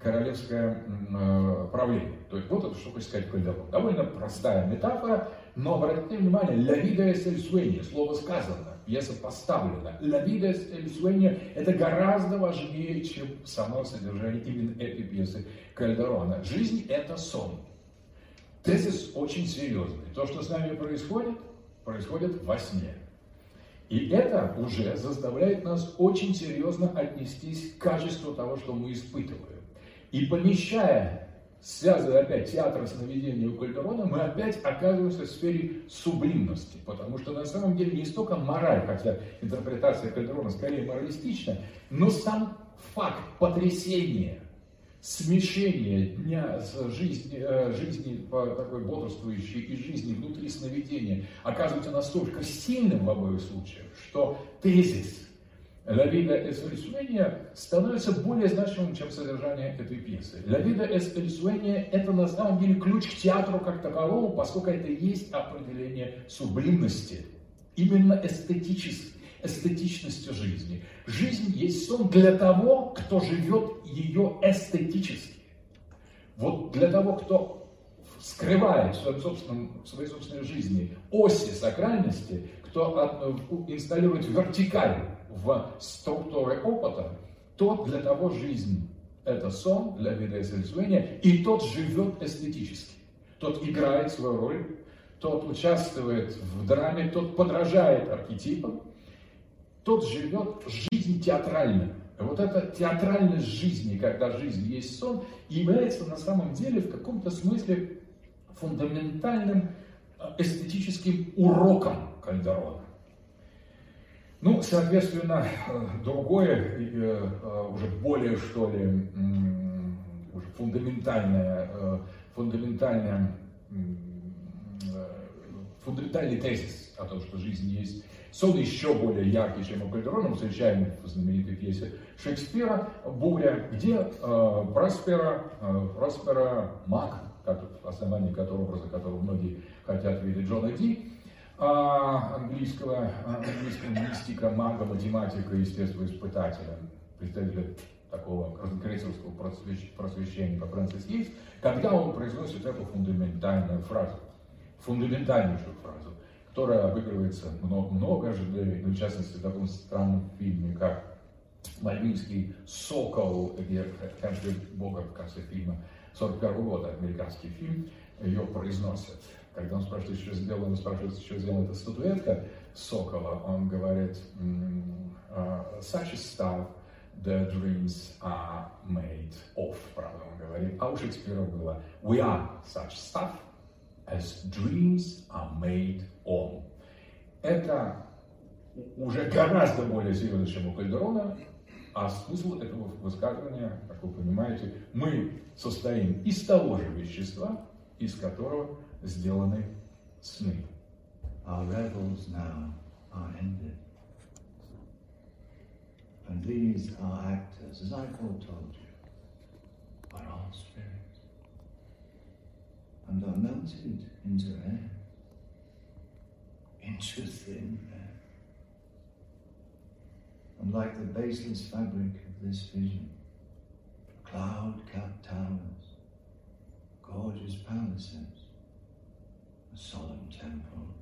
королевское правление. То есть вот это, что хочет сказать Кальдерон. Довольно простая метафора, но обратите внимание, «la vida es el sueño», слово сказано, пьеса поставлена. «La vida es el sueño» — это гораздо важнее, чем само содержание именно этой пьесы Кальдерона. Жизнь — это сон. Тезис очень серьезный. То, что с нами происходит, происходит во сне. И это уже заставляет нас очень серьезно отнестись к качеству того, что мы испытываем. И помещая, связывая опять театр сновидения у Кальдерона, мы опять оказываемся в сфере сублимности. Потому что на самом деле не столько мораль, хотя интерпретация Кальдерона скорее моралистична, но сам факт потрясения, смешения дня с жизни такой бодрствующей и жизни внутри сновидения оказывается настолько сильным в обоих случаях, что тезис «La vida es el sueño» становится более значимым, чем содержание этой пьесы. «La vida es el sueño» — это на самом деле ключ к театру как таковому, поскольку это и есть определение сублимности, именно эстетичности жизни. Жизнь есть сон для того, кто живет ее эстетически. Вот для того, кто скрывает в своей собственной жизни оси сакральности, кто инсталирует вертикаль в структуре опыта, тот для того жизнь – это сон, для вида исследования, и тот живет эстетически. Тот играет свою роль, тот участвует в драме, тот подражает архетипам, тот живет жизнь театрально. Вот эта театральность жизни, когда жизнь есть сон, является на самом деле в каком-то смысле фундаментальным эстетическим уроком Кальдерона. Ну, соответственно, другое, уже более, что ли, уже фундаментальный тезис о том, что жизнь есть сон, еще более яркий, чем у Кальдерона. Мы встречаем в знаменитой пьесе Шекспира «Буря», где Проспера маг, основание образа которого многие хотят видеть, Джона Ди, английского мистика, мага, математика, естествоиспытателя, представителя такого розенкрейцерского просвещения, как Фрэнсис Йейтс, когда он произносит эту фундаментальную фразу, фундаментальнейшую фразу, которая обыгрывается многожды, в частности в таком странном фильме, как «Мальвинский сокол», где Хэмфри Богарт в конце фильма 1941 года, американский фильм, ее произносит. Когда он спрашивает, что сделала эта статуэтка сокола, он говорит, such a stuff the dreams are made of, правда он говорит. А у Шекспира было, we are such stuff as dreams are made on. Это уже гораздо более серьезно, чем у Кальдерона, а смысл этого высказывания, как вы понимаете, мы состоим из того же вещества, из которого сделаны сны. Our revels now are ended. And these are actors, as I foretold you, are all spirits, and are melted into air, into thin air. And like the baseless fabric of this vision, cloud-capped towers, gorgeous palaces, solemn temples.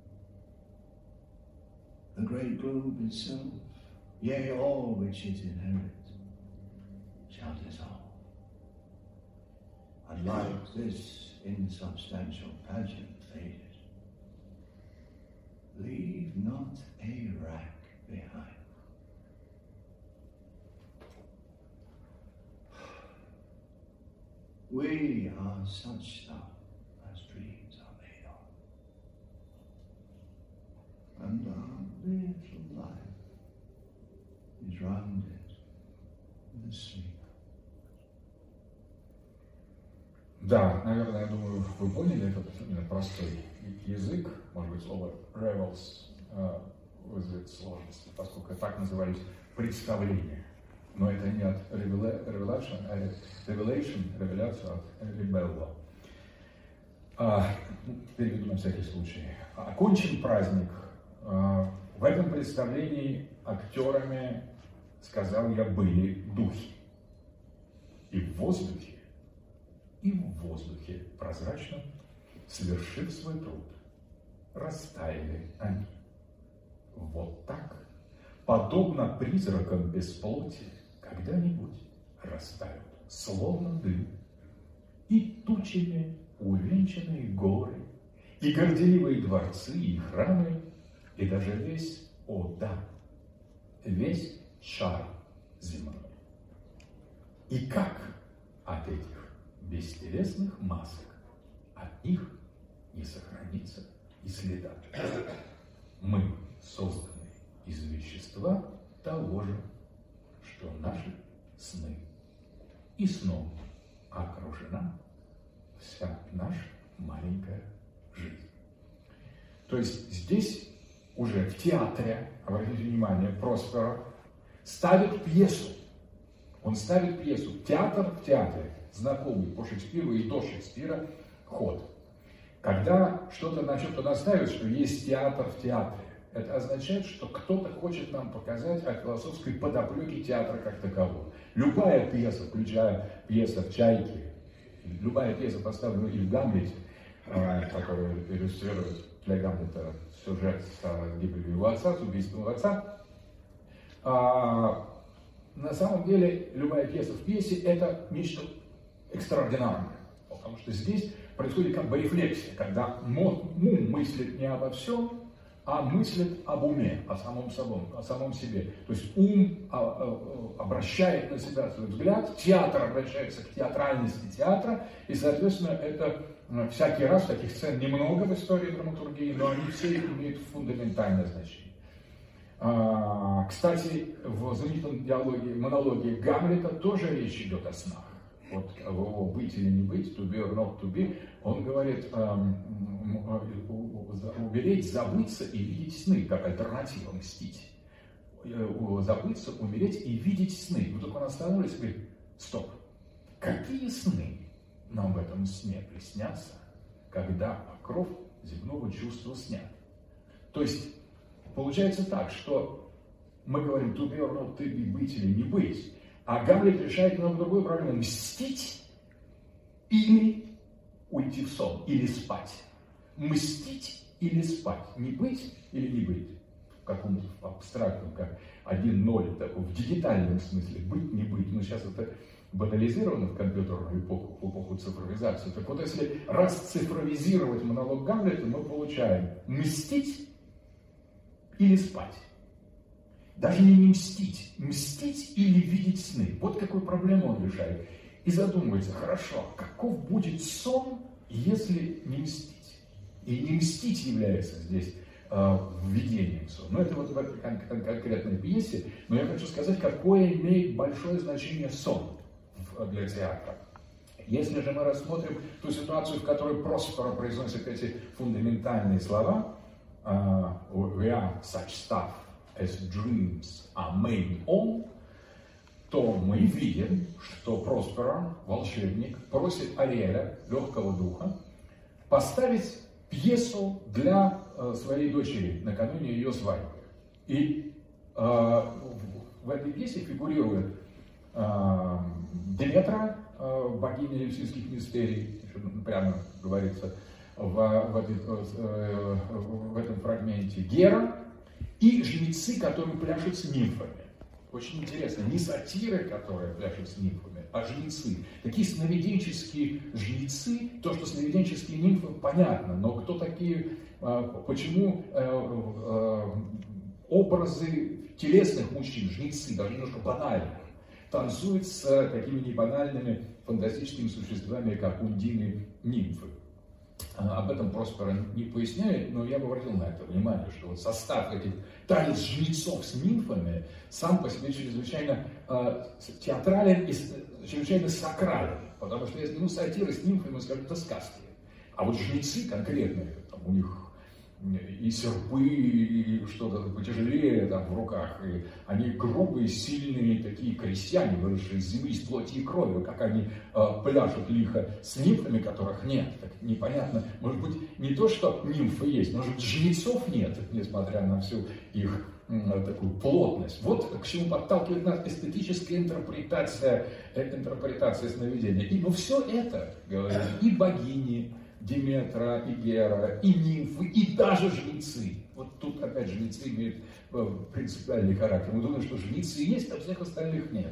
The great globe itself, yea, all which it inherits, shall dissolve. And like this insubstantial pageant faded, leave not a rack behind. We are such stuff as dreams are made of, and our little life is rounded with sleep. Да, наверное, я думаю, вы поняли, это именно простой язык, может быть, слово revels вызовет сложности, поскольку так назывались представления. Но это не от revelation, а ревеляцию от rebello. Переведу на всякий случай. Окончен праздник. В этом представлении актерами, сказал я, были духи. и в воздухе прозрачном, совершив свой труд, растаяли они. Вот так, подобно призракам без плоти, когда-нибудь растают, словно дым, и тучами увенчанные горы, и горделивые дворцы, и храмы, и даже весь, весь шар земной. И как от этих бестелесных масок от них не сохранится и следа? Мы созданы из вещества того же, что наши сны. И сном окружена вся наша маленькая жизнь. То есть здесь уже в театре, обратите внимание, Просперо ставит пьесу. Он ставит пьесу. Театр в театре, знакомый по Шекспиру и до Шекспира ход. Когда что-то начнет настаивать, что есть театр в театре, это означает, что кто-то хочет нам показать о философской подоплеке театра как такового. Любая пьеса, включая пьеса в «Чайке», любая пьеса, поставленная и в «Гамлете», которая иллюстрирует для Гамлета сюжет с гибелью его отца, с убийством его отца, на самом деле любая пьеса в пьесе – это нечто экстраординарное, потому что здесь происходит как бы рефлексия, когда ум мыслит не обо всем, а мыслит об уме, о самом себе. То есть ум обращает на себя свой взгляд, театр обращается к театральности театра, и, соответственно, это всякий раз, таких сцен немного в истории драматургии, но они все имеют фундаментальное значение. Кстати, в знаменитом монологе Гамлета тоже речь идет о снах. Вот его «Быть или не быть», «to be or not to be», он говорит умереть, забыться и видеть сны, как альтернатива мстить. Забыться, умереть и видеть сны. И вдруг он останавливается и говорит: стоп, какие сны нам в этом сне приснятся, когда покров земного чувства снят? То есть получается так, что мы говорим to be or not to be, быть или не быть, а Гамлет решает немного другую проблему: мстить или уйти в сон, или спать. Мстить или спать, не быть или не быть. В каком-то абстрактном, как 1-0, в дигитальном смысле, быть, не быть. Но сейчас это банализировано в компьютерную эпоху, в эпоху цифровизации. Так вот, если расцифровизировать монолог Гамлета, мы получаем мстить или спать. Даже не мстить, мстить или видеть сны. Вот какую проблему он решает. И задумывается: хорошо, каков будет сон, если не мстить? И не мстить является здесь введением сона. Но это вот в этой конкретной пьесе. Но я хочу сказать, какое имеет большое значение сон для театра. Если же мы рассмотрим ту ситуацию, в которой Просперо произносит эти фундаментальные слова, we are such stuff as dreams are made on, то мы видим, что Просперо, волшебник, просит Ариэля, легкого духа, поставить пьесу для своей дочери накануне ее свадьбы. И в этой пьесе фигурирует Деметра, богиня эльфийских мистерий, прямо говорится в этом фрагменте, Гера, и жрецы, которые пляшут с нимфами. Очень интересно, не сатиры, которые пляшут с нимфами, а жрецы. Такие сновиденческие жрецы, то, что сновиденческие нимфы, понятно, но кто такие, почему образы телесных мужчин, жрецы, даже немножко банальных, танцуют с такими небанальными фантастическими существами, как Ундины, нимфы. Об этом Просперо не поясняет, но я бы обратил на это внимание, что вот состав этих танец жнецов с нимфами сам по себе чрезвычайно театрален и чрезвычайно сакрален. Потому что если сатиры с нимфами, мы скажем, это сказки. А вот жнецы конкретные, там у них и серпы, и что-то потяжелее там в руках, и они грубые, сильные такие крестьяне, выросшие из земли, из плоти и крови, как они пляшут лихо с нимфами, которых нет. Так непонятно, может быть, не то, что нимфы есть, может быть, жнецов нет, несмотря на всю их такую плотность. Вот к чему подталкивает нас эстетическая интерпретация сновидения. Ибо все это, говорят, и богини Диметра, и Гера, и нимфы, и даже жрецы. Вот тут опять жрецы имеют принципиальный характер. Мы думаем, что жрецы есть, а всех остальных нет.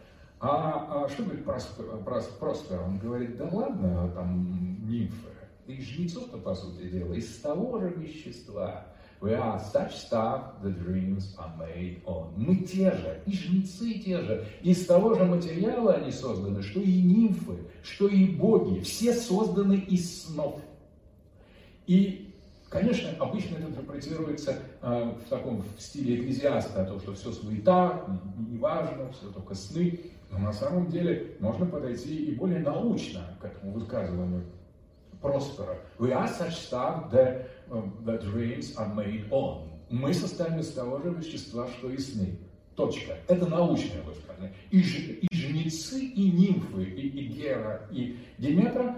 А что говорит Проспер? Он говорит, да ладно, там нимфы. И жнецов-то, по сути дела, из того же вещества. We are such stuff the dreams are made on. Мы те же, и жнецы те же. Из того же материала они созданы, что и нимфы, что и боги. Все созданы из снов. И, конечно, обычно это интерпретируется в таком стиле экклезиаста, то, что все суета, неважно, все только сны. Но на самом деле можно подойти и более научно к этому высказыванию Проспера. We are such stuff that the dreams are made on. Мы состоим из того же вещества, что и сны. Точка. Это научное высказывание. И жнецы, и нимфы, и Гера, и Диметра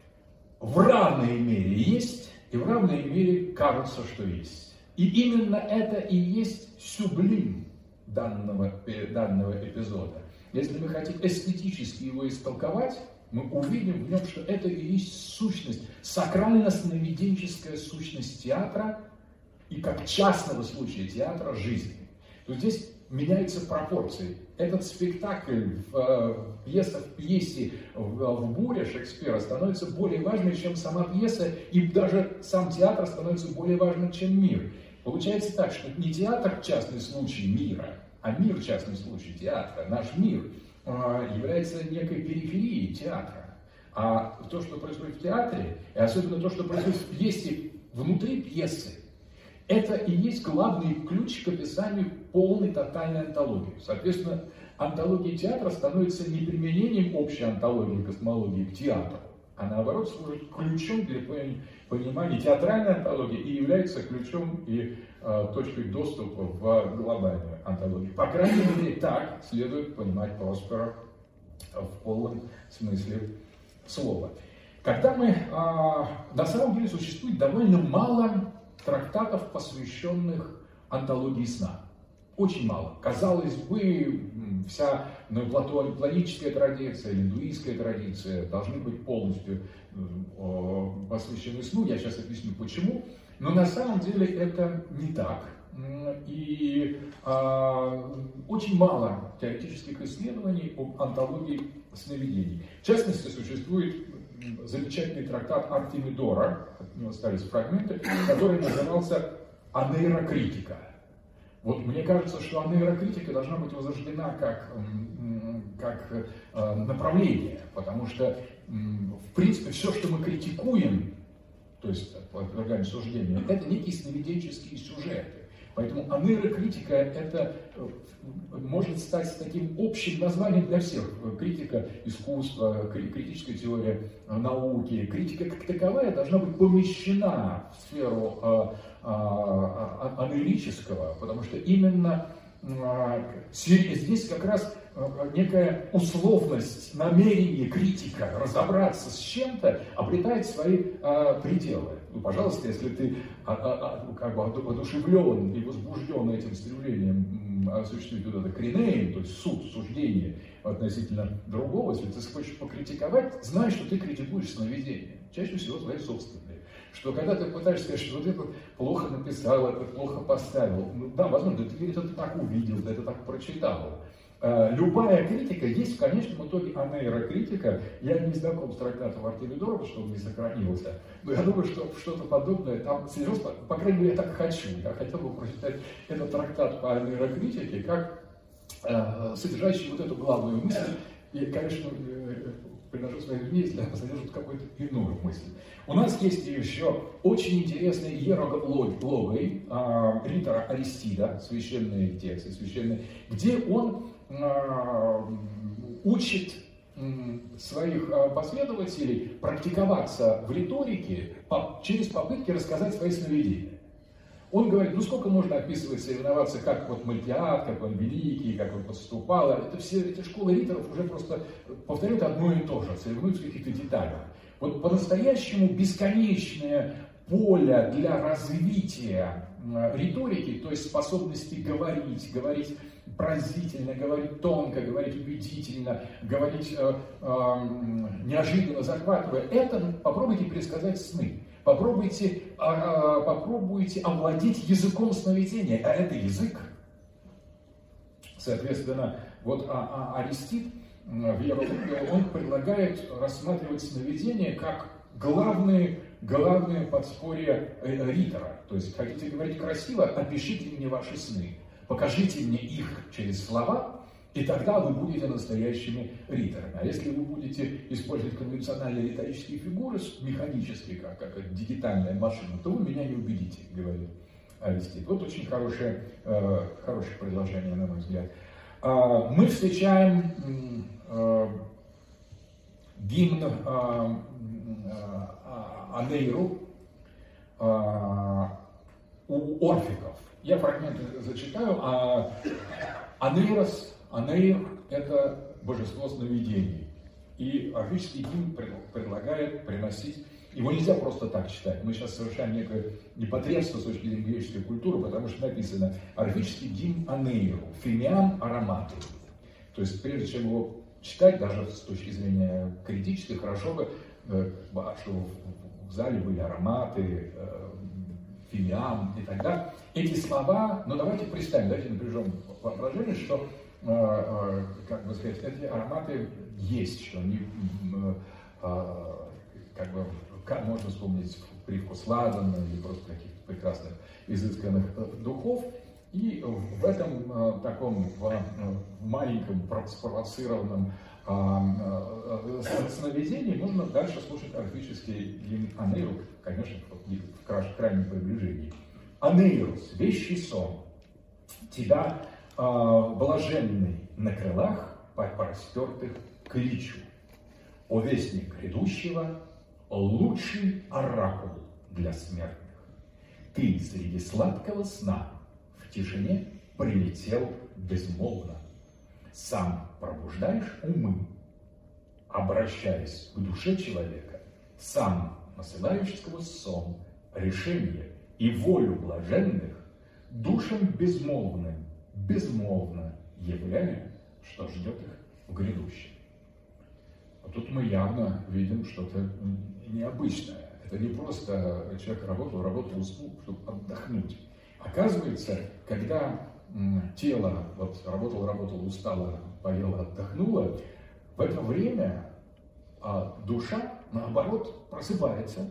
в равной мере есть, и в равной мере кажется, что есть. И именно это и есть сюблим данного эпизода. Если мы хотим эстетически его истолковать, мы увидим в нем, что это и есть сущность, сакрально-сновиденческая сущность театра и как частного случая театра жизни. То здесь меняются пропорции. Этот спектакль в пьесе в «Буре» Шекспира становится более важным, чем сама пьеса, и даже сам театр становится более важным, чем мир. Получается так, что не театр частный случай мира, а мир частный случай театра, наш мир является некой периферией театра. А то, что происходит в театре, и особенно то, что происходит в пьесе, внутри пьесы, это и есть главный ключ к описанию полной тотальной антологии. Соответственно, антология театра становится не применением общей антологии космологии к театру, а наоборот служит ключом для понимания театральной антологии и является ключом и точкой доступа в глобальную антологию. По крайней мере, так следует понимать Проспера в полном смысле слова. Когда мы... на самом деле существует довольно мало трактатов, посвященных антологии сна. Очень мало. Казалось бы, вся платоническая традиция, индуистская традиция должны быть полностью посвящены сну. Я сейчас объясню почему. Но на самом деле это не так. И очень мало теоретических исследований об антологии сновидений. В частности, существует замечательный трактат Артемидора, от него остались фрагменты, который назывался «Анейрокритика». Вот мне кажется, что анейрокритика должна быть возрождена как направление, потому что, в принципе, все, что мы критикуем, то есть подвергаем суждению, это некие сновиденческие сюжеты. Поэтому анейрокритика это может стать таким общим названием для всех. Критика искусства, критическая теория науки, критика как таковая должна быть помещена в сферу анейлического, потому что именно здесь как раз некая условность, намерение критика разобраться с чем-то обретает свои пределы. Ну, пожалуйста, если ты как бы одушевлен и возбужден этим стремлением осуществить вот это кринеем, то есть суд, суждение относительно другого, если ты хочешь покритиковать, знай, что ты критикуешь сновидение, чаще всего свои собственные. Что когда ты пытаешься сказать, что вот это плохо написал, это плохо поставил, ну да, возможно, ты это так увидел, ты это так прочитал. Любая критика есть в конечном итоге анейрокритика. Я не знаком с трактатом Артемидора, потому что он не сохранился. Но я думаю, что что-то подобное там содержится. По крайней мере, я так хочу. Я хотел бы прочитать этот трактат по анейрокритике, как содержащий вот эту главную мысль. И, конечно, приношу свои мысли, а содержит какую-то иную мысль. У нас есть еще очень интересный иероглогой Ритора Аристида, священные тексты, священные, где он учит своих последователей практиковаться в риторике через попытки рассказать свои сновидения. Он говорит, ну сколько можно описывать, соревноваться, как вот Мальтиад, как он великий, как он поступал. Это все эти школы риторов уже просто повторяют одно и то же, соревнуются в каких-то деталях. Вот по-настоящему бесконечное поле для развития риторики, то есть способности говорить пронзительно, говорить тонко, говорить убедительно, говорить неожиданно захватывая, это попробуйте пересказать сны. Попробуйте овладеть языком сновидения, а это язык. Соответственно, вот Аристид в Евангелии, он предлагает рассматривать сновидение как главное подспорье ритора. То есть, хотите говорить красиво, опишите мне ваши сны, покажите мне их через слова, и тогда вы будете настоящими риторами. А если вы будете использовать конвенциональные риторические фигуры, механические, как дигитальная машина, то вы меня не убедите, говорит Аристид. Вот очень хорошее предложение, на мой взгляд. Мы встречаем гимн Анейру у орфиков. Я фрагменты зачитаю. Анейр – это божество сновидений. И орфический гимн предлагает приносить. Его нельзя просто так читать. Мы сейчас совершаем некое непотребство с точки зрения греческой культуры, потому что написано орфический гимн Анейру, фимиам аромату. То есть, прежде чем его читать, даже с точки зрения критической, хорошо бы, чтобы в зале были ароматы, фимиам и так далее. Эти слова, но давайте представим, давайте напряжем воображение, что, как бы сказать, эти ароматы есть, что они, как бы, можно вспомнить привкус ладана или просто каких-то прекрасных изысканных духов. И в этом таком маленьком спровоцированном сновидении можно дальше слушать орфический гимн Анейру, конечно, в крайнем приближении. Анейрус, вещий сон, тебя блаженный на крылах простертых кличу. О вестник грядущего, лучший оракул для смертных. Ты среди сладкого сна в тишине прилетел безмолвно. Сам пробуждаешь умы, обращаясь к душе человека, сам насылаешь сквозь сон решение и волю блаженных душам безмолвным, безмолвно являя, что ждет их в грядущем. Вот тут мы явно видим что-то необычное. Это не просто человек работал, уснул, чтобы отдохнуть. Оказывается, когда тело вот работало, устало, поело, отдохнуло, в это время душа, наоборот, просыпается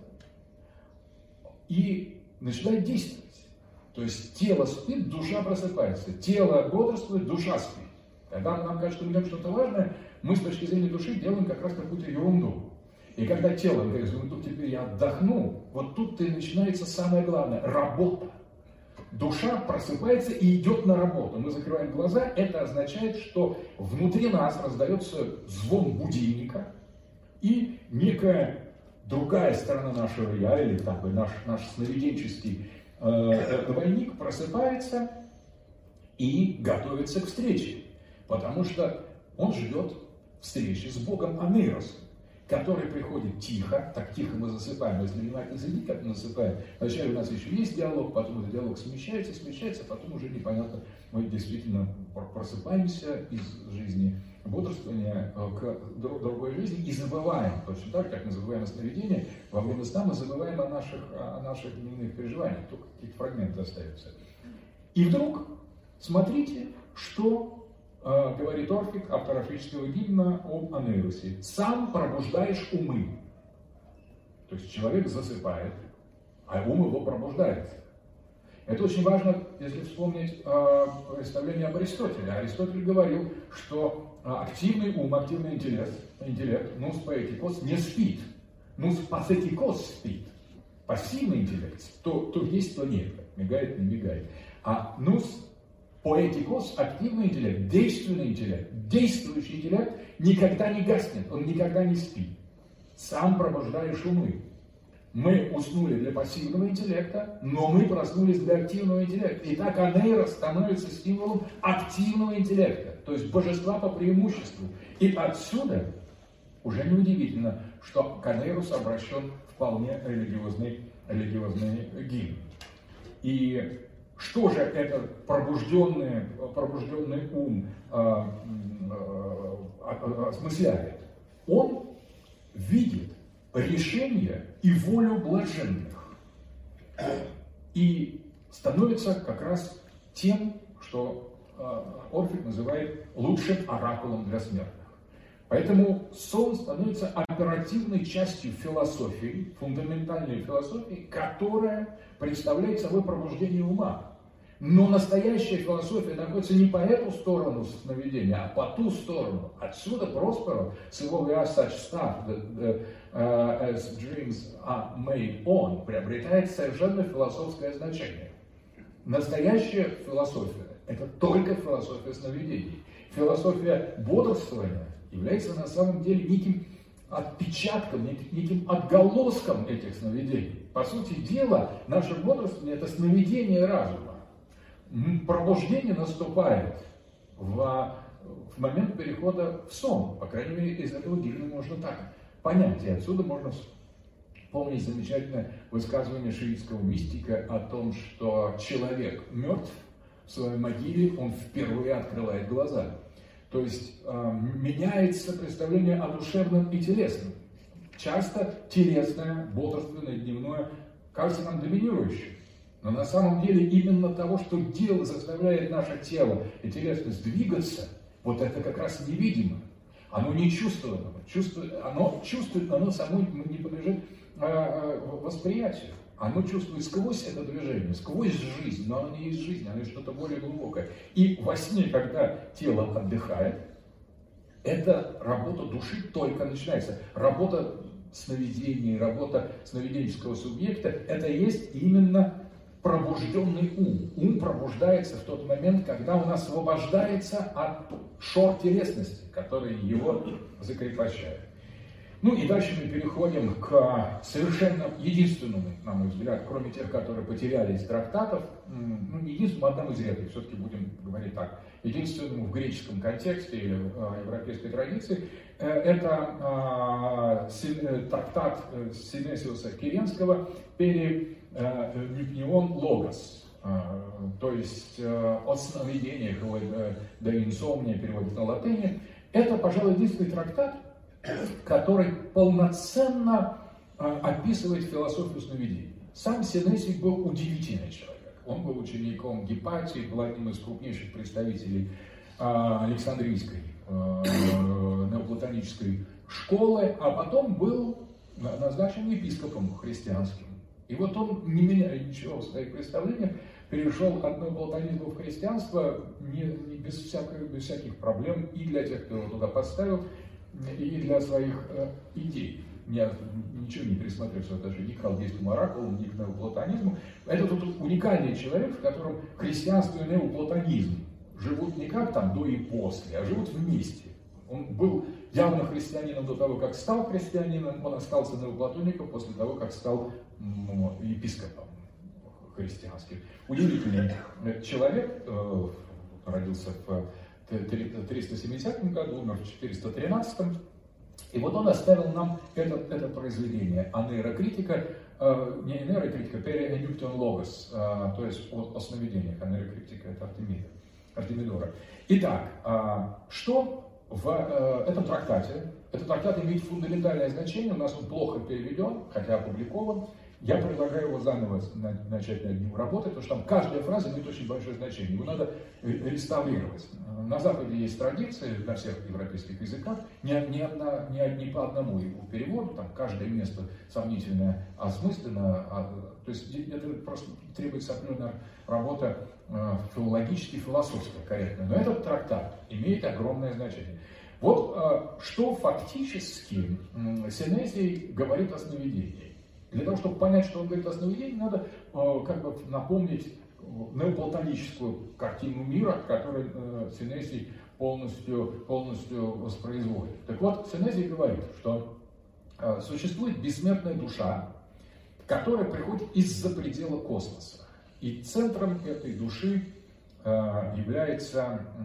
и начинает действовать. То есть тело спит, душа просыпается. Тело бодрствует, душа спит. Когда нам кажется, что мы делаем что-то важное, мы с точки зрения души делаем как раз какую-то ерунду. И когда тело говорит, ну тут теперь я отдохну, вот тут и начинается самое главное – работа. Душа просыпается и идет на работу. Мы закрываем глаза, это означает, что внутри нас раздается звон будильника, и некая другая сторона нашего «я», или такой наш сновиденческий двойник просыпается и готовится к встрече, потому что он ждет встречи с Богом Анейросом, который приходит тихо, так тихо мы засыпаем, если внимательно следить, как мы засыпаем. Вначале у нас еще есть диалог, потом этот диалог смещается, потом уже непонятно, мы действительно просыпаемся из жизни бодрствования к другой жизни и забываем, точно так, как мы забываем о сновидении, во время сна мы забываем о наших дневных переживаниях, только какие-то фрагменты остаются. И вдруг, смотрите, что говорит Орфик, автор орфического гимна об Анейрусе. Сам пробуждаешь умы. То есть человек засыпает, а ум его пробуждается. Это очень важно, если вспомнить представление об Аристотеле. Аристотель говорил, что активный ум, активный интеллект, нус поэтикос, не спит. Нус пасетикос спит. Пассивный интеллект, то есть, то нет. Мигает, не мигает. А нус поэтикос, активный интеллект, действующий интеллект никогда не гаснет, он никогда не спит. Сам пробуждаешь умы. Мы уснули для пассивного интеллекта, но мы проснулись для активного интеллекта. И так Анейрос становится символом активного интеллекта, то есть божества по преимуществу. И отсюда уже неудивительно, что к Анейросу обращен вполне религиозный гимн. И что же этот пробужденный ум осмысляет? Он видит решение и волю блаженных. И становится как раз тем, что Орфик называет лучшим оракулом для смертных. Поэтому сон становится оперативной частью философии, фундаментальной философии, которая представляет собой пробуждение ума. Но настоящая философия находится не по эту сторону сновидения, а по ту сторону. Отсюда Просперо с его «We are such stuff as dreams are made on» приобретает совершенно философское значение. Настоящая философия – это только философия сновидений. Философия бодрствования является на самом деле неким отпечатком, неким отголоском этих сновидений. По сути дела, наше бодрствование – это сновидение разума. Пробуждение наступает в момент перехода в сон. По крайней мере, из этого гимна можно так понять. И отсюда можно вспомнить замечательное высказывание шиитского мистика о том, что человек мертв в своей могиле, он впервые открывает глаза. То есть меняется представление о душевном и телесном. Часто телесное, бодрственное, дневное кажется нам доминирующим. Но на самом деле именно того, что дело заставляет наше тело и телесность двигаться, вот это как раз невидимо. Оно не чувствуемо. Оно чувствует, оно само не подлежит восприятию. Оно чувствует сквозь это движение, сквозь жизнь, но оно не есть жизнь, оно есть что-то более глубокое. И во сне, когда тело отдыхает, эта работа души только начинается. Работа сновидений, работа сновиденческого субъекта, это есть именно пробужденный ум. Ум пробуждается в тот момент, когда он освобождается от шор телесности, которые его закрепощают. Ну и дальше мы переходим к совершенно единственному, на мой взгляд, кроме тех, которые потеряли из трактатов, ну не единственному, одному из редких, все-таки будем говорить так, единственному в греческом контексте или в европейской традиции, это трактат Синесиуса Киренского «Перенюкнион Логос», то есть о сновидениях, его до инсомния переводит на латыни. Это, пожалуй, единственный трактат, который полноценно описывает философию сновидений. Сам Синесий был удивительный человек. Он был учеником Гипатии, был одним из крупнейших представителей Александрийской неоплатонической школы, а потом был назначен епископом христианским. И вот он, не меняя ничего в своих представлениях, перешел от неоплатонизма в христианство без всяких проблем и для тех, кто его туда поставил, и для своих идей. Ничего не присмотревся даже ни к халдейскому оракулу, ни к неоплатонизму. Это тот уникальный человек, в котором христианство и неоплатонизм живут не как там до и после, а живут вместе. Он был явно христианином до того, как стал христианином, он остался неоплатоником после того, как стал епископом христианским. Удивительный человек, родился в 370 году, умер в 413. И вот он оставил нам это произведение «Анейрокритика», не «Анейрокритика», «Перенюктион Логос», то есть о сновидениях. «Анейрокритика» — это Артемидора. Итак, что в этом трактате? Этот трактат имеет фундаментальное значение, у нас он плохо переведен, хотя опубликован. Я предлагаю его заново начать над ним работать, потому что там каждая фраза имеет очень большое значение. Его надо реставрировать. На Западе есть традиции на всех европейских языках, не по одному его переводу, там каждое место сомнительное, осмысленно. То есть это просто требуется определенная работа филологически, философская, корректная. Но этот трактат имеет огромное значение. Вот что фактически Синесий говорит о сновидении. Для того, чтобы понять, что он говорит о сновидении, надо как бы напомнить неоплатоническую картину мира, которую Синесий полностью воспроизводит. Так вот, Синесий говорит, что существует бессмертная душа, которая приходит из-за предела космоса. И центром этой души является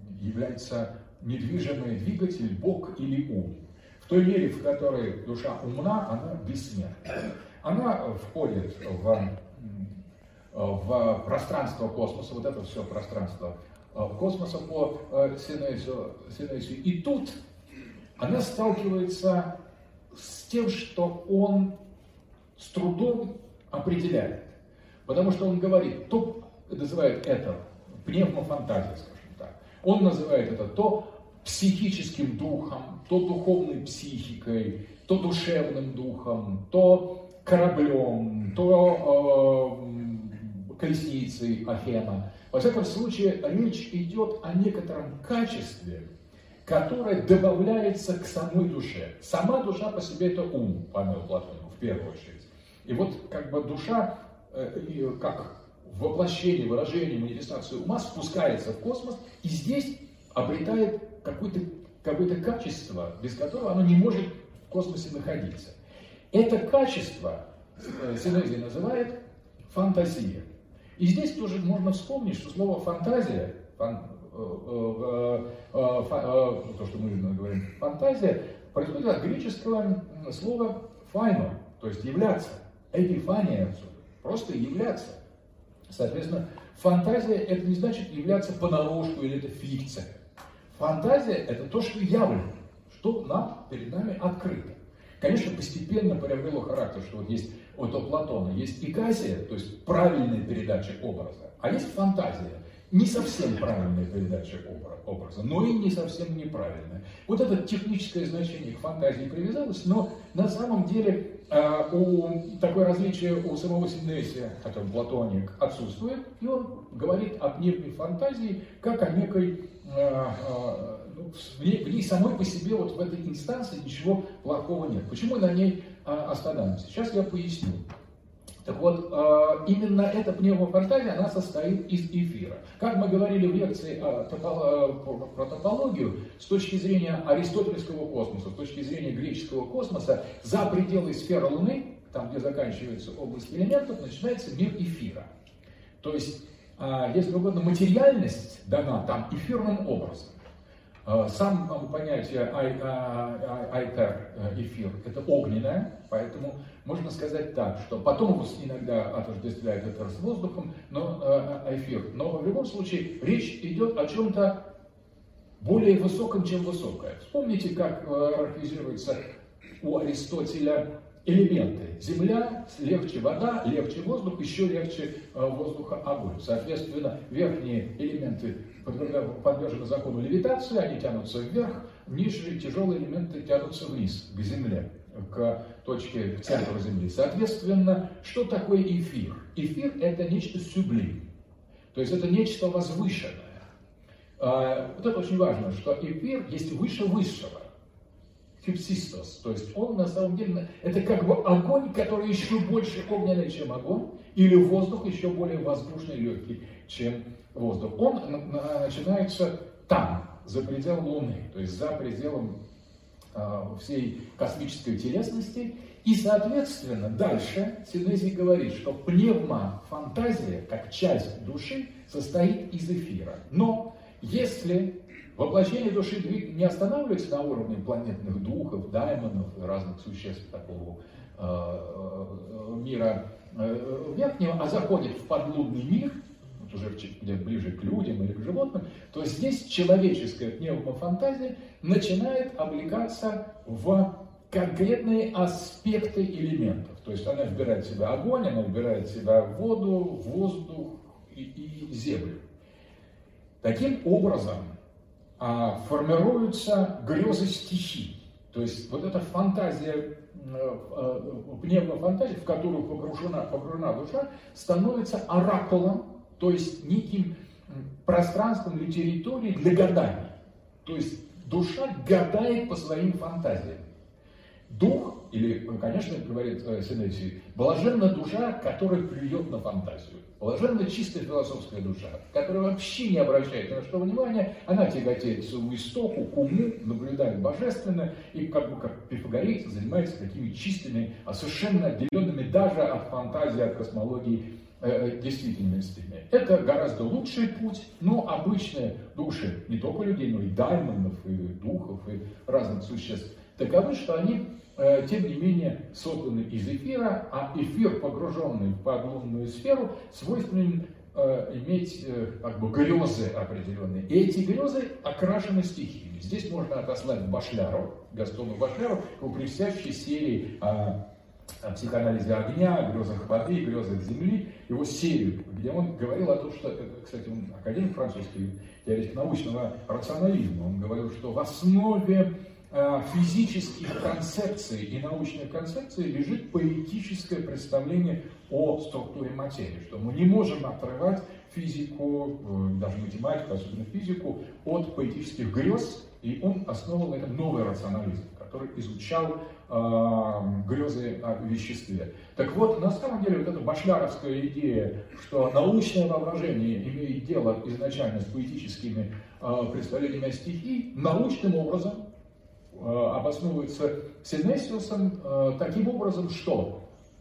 недвижимый двигатель, Бог или ум. В той мере, в которой душа умна, она бессмертна. Она входит в пространство космоса, вот это все пространство космоса по Синезию. И тут она сталкивается с тем, что он с трудом определяет. Потому что он говорит, то называет это пневмофантазией, скажем так. Он называет это то психическим духом, то духовной психикой, то душевным духом, то кораблем, то колесницей Ахена. Во всяком случае, речь идет о некотором качестве, которое добавляется к самой душе. Сама душа по себе это ум, Павел Платонов, в первую очередь. И вот как бы душа, как воплощение, выражение, манифестацию ума спускается в космос и здесь обретает какое-то качество, без которого оно не может в космосе находиться. Это качество Синезий называет фантазия. И здесь тоже можно вспомнить, что слово фантазия, то, что мы говорим фантазия, происходит от греческого слова файно, то есть являться. Эпифания отсюда, просто являться. Соответственно, фантазия это не значит являться понарошку или это фикция. Фантазия это то, что явлено, что перед нами открыто. Конечно, постепенно приобрело характер, что вот есть у Платона есть иказия, то есть правильная передача образа, а есть фантазия, не совсем правильная передача образа, но и не совсем неправильная. Вот это техническое значение к фантазии привязалось, но на самом деле такое различие у самого Синезия, который платоник, отсутствует, и он говорит о пневмофантазии как о некой, в ней самой по себе, вот в этой инстанции ничего плохого нет. Почему на ней остановимся? Сейчас я поясню. Так вот, именно эта пневмофантазия, она состоит из эфира. Как мы говорили в лекции про топологию, с точки зрения аристотельского космоса, с точки зрения греческого космоса, за пределы сферы Луны, там, где заканчивается область элементов, начинается мир эфира. То есть, если угодно, материальность дана там эфирным образом. Сам понятие айтер, эфир, это огненное, поэтому можно сказать так, что потом иногда отождествляют это с воздухом, но эфир. Но в любом случае речь идет о чем-то более высоком, чем высокое. Вспомните, как характеризуется у Аристотеля элементы. Земля легче вода, легче воздух, еще легче воздуха огонь. Соответственно, верхние элементы подвержены закону левитации, они тянутся вверх, нижние тяжелые элементы тянутся вниз, к земле, к точке, к центру Земли. Соответственно, что такое эфир? Эфир – это нечто сублим, то есть это нечто возвышенное. Вот это очень важно, что эфир есть выше высшего. Хипсистос, то есть он на самом деле, это как бы огонь, который еще больше огненный, чем огонь, или воздух еще более воздушный, легкий, чем воздух. Он начинается там, за пределом Луны, то есть за пределом всей космической телесности, и, соответственно, дальше Синезий говорит, что пневмофантазия, как часть души, состоит из эфира. Но если воплощение души не останавливается на уровне планетных духов, даймонов и разных существ такого мира верхнего, а заходит в подлунный мир, вот уже где ближе к людям или к животным, то здесь человеческая пневмофантазия начинает облекаться в конкретные аспекты элементов. То есть она вбирает в себя огонь, она вбирает в себя воду, воздух и землю. Таким образом, формируются грезы стихий. То есть вот эта фантазия, пневмофантазия, в которую погружена душа, становится оракулом, то есть неким пространством или территорией для гадания. То есть душа гадает по своим фантазиям. Дух, или, конечно, говорит Синезий, блаженна душа, которая плюет на фантазию. Блаженна чистая философская душа, которая вообще не обращает ни на что внимания, она тяготеет к своему истоку, к уму, наблюдает божественное и как пифагорейцы занимается такими чистыми, совершенно отделенными даже от фантазии, от космологии действительностями. Это гораздо лучший путь, но обычные души, не только людей, но и даймонов, и духов, и разных существ, таковы, что они тем не менее созданы из эфира, а эфир, погруженный в подлунную сферу, свойственен иметь как бы грезы определенные. И эти грезы окрашены стихиями. Здесь можно отослать Башляру, Гастону Башляру, к блестящей серии о психоанализе огня, о грезах воды, грезах земли, его серию, где он говорил о том, что, кстати, он академик французский, теоретик научного рационализма, он говорил, что в основе физических концепций и научных концепций лежит поэтическое представление о структуре материи, что мы не можем отрывать физику, даже математику, особенно физику, от поэтических грез, и он основал на этом новый рационализм, который изучал грезы о веществе. Так вот, на самом деле, вот эта башляровская идея, что научное воображение имеет дело изначально с поэтическими представлениями о стихии, научным образом обосновывается Синесиусом таким образом, что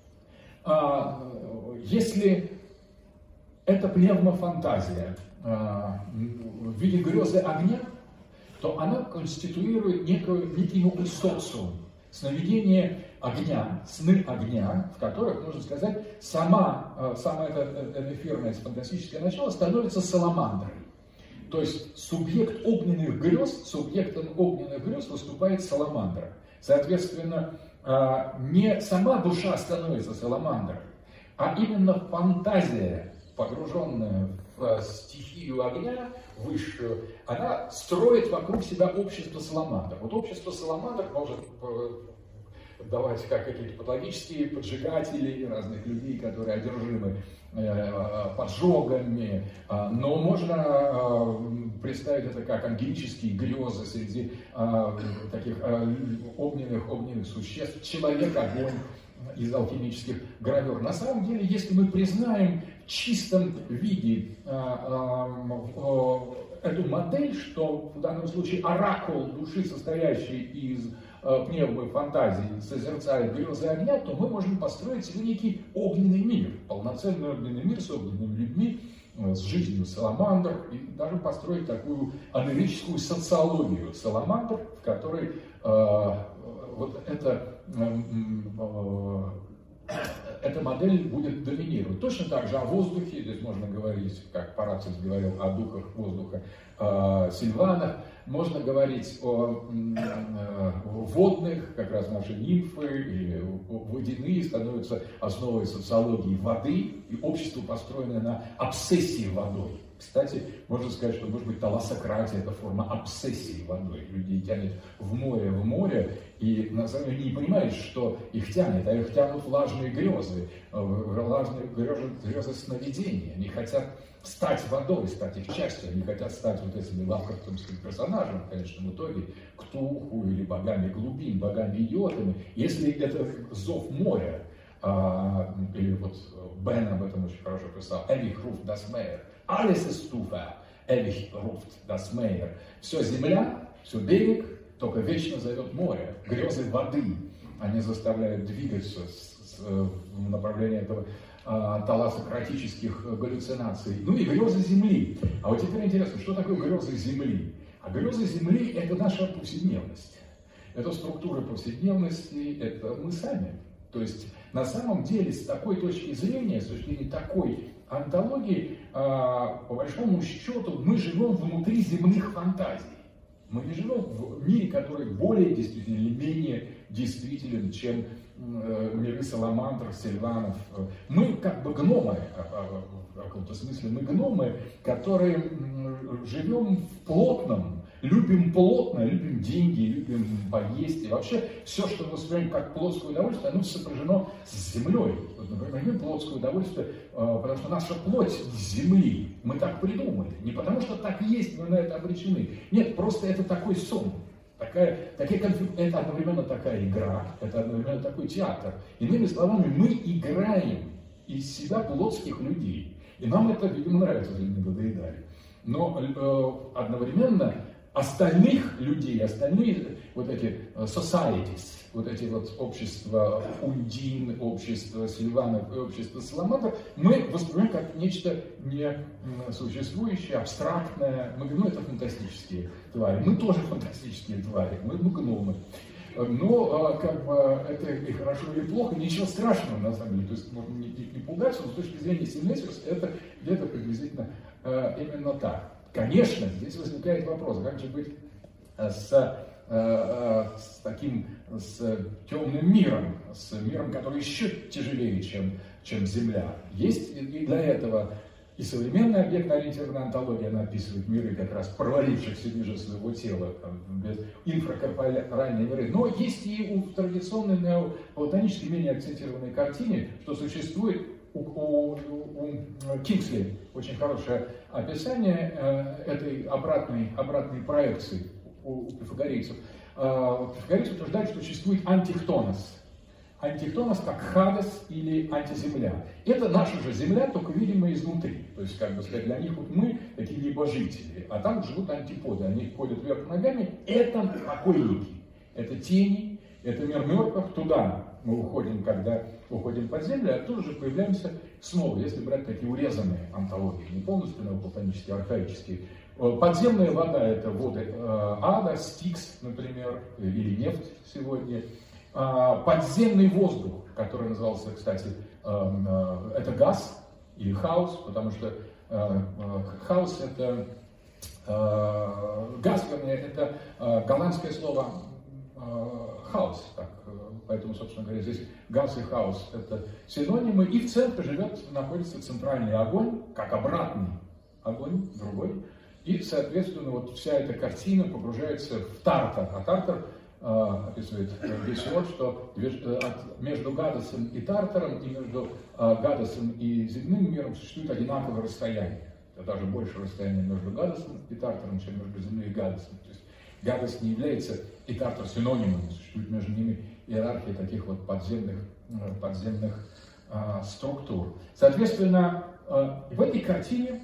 если это пневмофантазия в виде грезы огня, то она конституирует некий новый социум, сновидение огня, сны огня, в которых, можно сказать, само это эфирное фантастическое начало становится саламандрой. То есть субъектом огненных грез выступает саламандра. Соответственно, не сама душа становится саламандрой, а именно фантазия, погруженная в стихию огня высшую, она строит вокруг себя общество саламандр. Вот общество саламандр может давать как какие-то патологические поджигатели разных людей, которые одержимы поджогами, но можно представить это как ангелические грезы среди таких огненных существ, человек-огонь из алхимических гравюр. На самом деле, если мы признаем в чистом виде эту модель, что в данном случае оракул души, состоящий из пневмофантазии, созерцает грезы огня, то мы можем построить себе некий огненный мир, полноценный огненный мир с огненными людьми, с жизнью саламандр, и даже построить такую аналитическую социологию саламандр, в которой вот эта модель будет доминировать. Точно так же о воздухе, здесь можно говорить, как Парацельс говорил, о духах воздуха, сильванах, можно говорить о водных, как раз наши нимфы, или водяные становятся основой социологии воды, и общество, построенное на обсессии водой. Кстати, можно сказать, что, может быть, талассократия – это форма обсессии водой. Людей тянет в море, и на самом деле не понимают, что их тянет, а их тянут влажные грезы сновидения. Они хотят стать водой, стать их частью, они хотят стать вот этими лавкрафтовскими персонажами, в конечном итоге, Ктулху или богами глубин, богами-идиотами. Если это зов моря, или вот Бен об этом очень хорошо писал, «Ewig ruft das Meer», «Alles ist Stufe», «Ewig ruft das Meer». Все земля, все берег, только вечно зовет море. Грезы воды, они заставляют двигаться в направлении этого талассократических галлюцинаций. Ну и грезы земли. А вот теперь интересно, что такое грезы земли? А грезы земли – это наша повседневность. Это структура повседневности, это мы сами. То есть на самом деле с такой точки зрения, с точки зрения такой онтологии, по большому счету мы живем внутри земных фантазий. Мы не живем в мире, который более действителен или менее действителен, чем миры саламандр, сильванов. Мы как бы гномы, в каком-то смысле мы гномы, которые живем в плотном, любим плотно, любим деньги, любим поесть. И вообще все, что мы воспринимаем как плотское удовольствие, оно сопряжено с землей. Вот, например, мы плотское удовольствие, потому что наша плоть с земли. Мы так придумали. Не потому что так есть, мы на это обречены. Нет, просто это такой сон. Это одновременно такая игра, это одновременно такой театр. Иными словами, мы играем из себя плотских людей. И нам это, видимо, нравится, если не надоедали. Но одновременно остальных людей, остальные вот эти societies, вот эти вот общества Ундин, общества Сильванов и общества Саламандр, мы воспринимаем как нечто несуществующее, абстрактное. Мы говорим, ну это фантастические твари. Мы тоже фантастические твари, мы гномы. Но как бы это и хорошо, или плохо, ничего страшного на самом деле. То есть можно не пугаться, но с точки зрения Синесиус это где-то приблизительно именно так. Конечно, здесь возникает вопрос, как же быть с темным миром, с миром, который еще тяжелее, чем Земля. Есть и для этого и современная объектно-ориентированная антология, она описывает миры, как раз провалившихся ниже своего тела, инфракорпоральные миры. Но есть и у традиционной неоплатонической, менее акцентированной картине, что существует у Кингсли очень хорошее описание этой обратной проекции у пифагорейцев. Пифагорейцы утверждают, что существует антихтонос. Антихтонос как Хадес или антиземля. Это наша же земля, только видимая изнутри. То есть, как бы сказать, для них вот мы такие небожители, а там живут антиподы. Они ходят вверх ногами. Это покойники, это тени, это мир мертвых. Туда мы уходим, когда уходим под землю, а оттуда же появляемся снова, если брать такие урезанные антологии, не полностью неоплатонические, архаические. Подземная вода – это воды ада, Стикс, например, или нефть сегодня. Подземный воздух, который назывался, кстати, это газ или хаос, потому что хаос – это газ, вернее, это голландское слово хаос, так, поэтому, собственно говоря, здесь газ и хаос – это синонимы, и в центре находится центральный огонь, как обратный огонь, другой, и, соответственно, вот вся эта картина погружается в Тартар, а Тартар описывает Гесиод, что между Гадесом и Тартаром и между Гадесом и земным миром существует одинаковое расстояние. Это даже больше расстояние между Гадесом и Тартаром, чем между землей и Гадесом. То есть Гадес не является и Тартар синонимами, существует между ними иерархия таких вот подземных структур. Соответственно, в этой картине,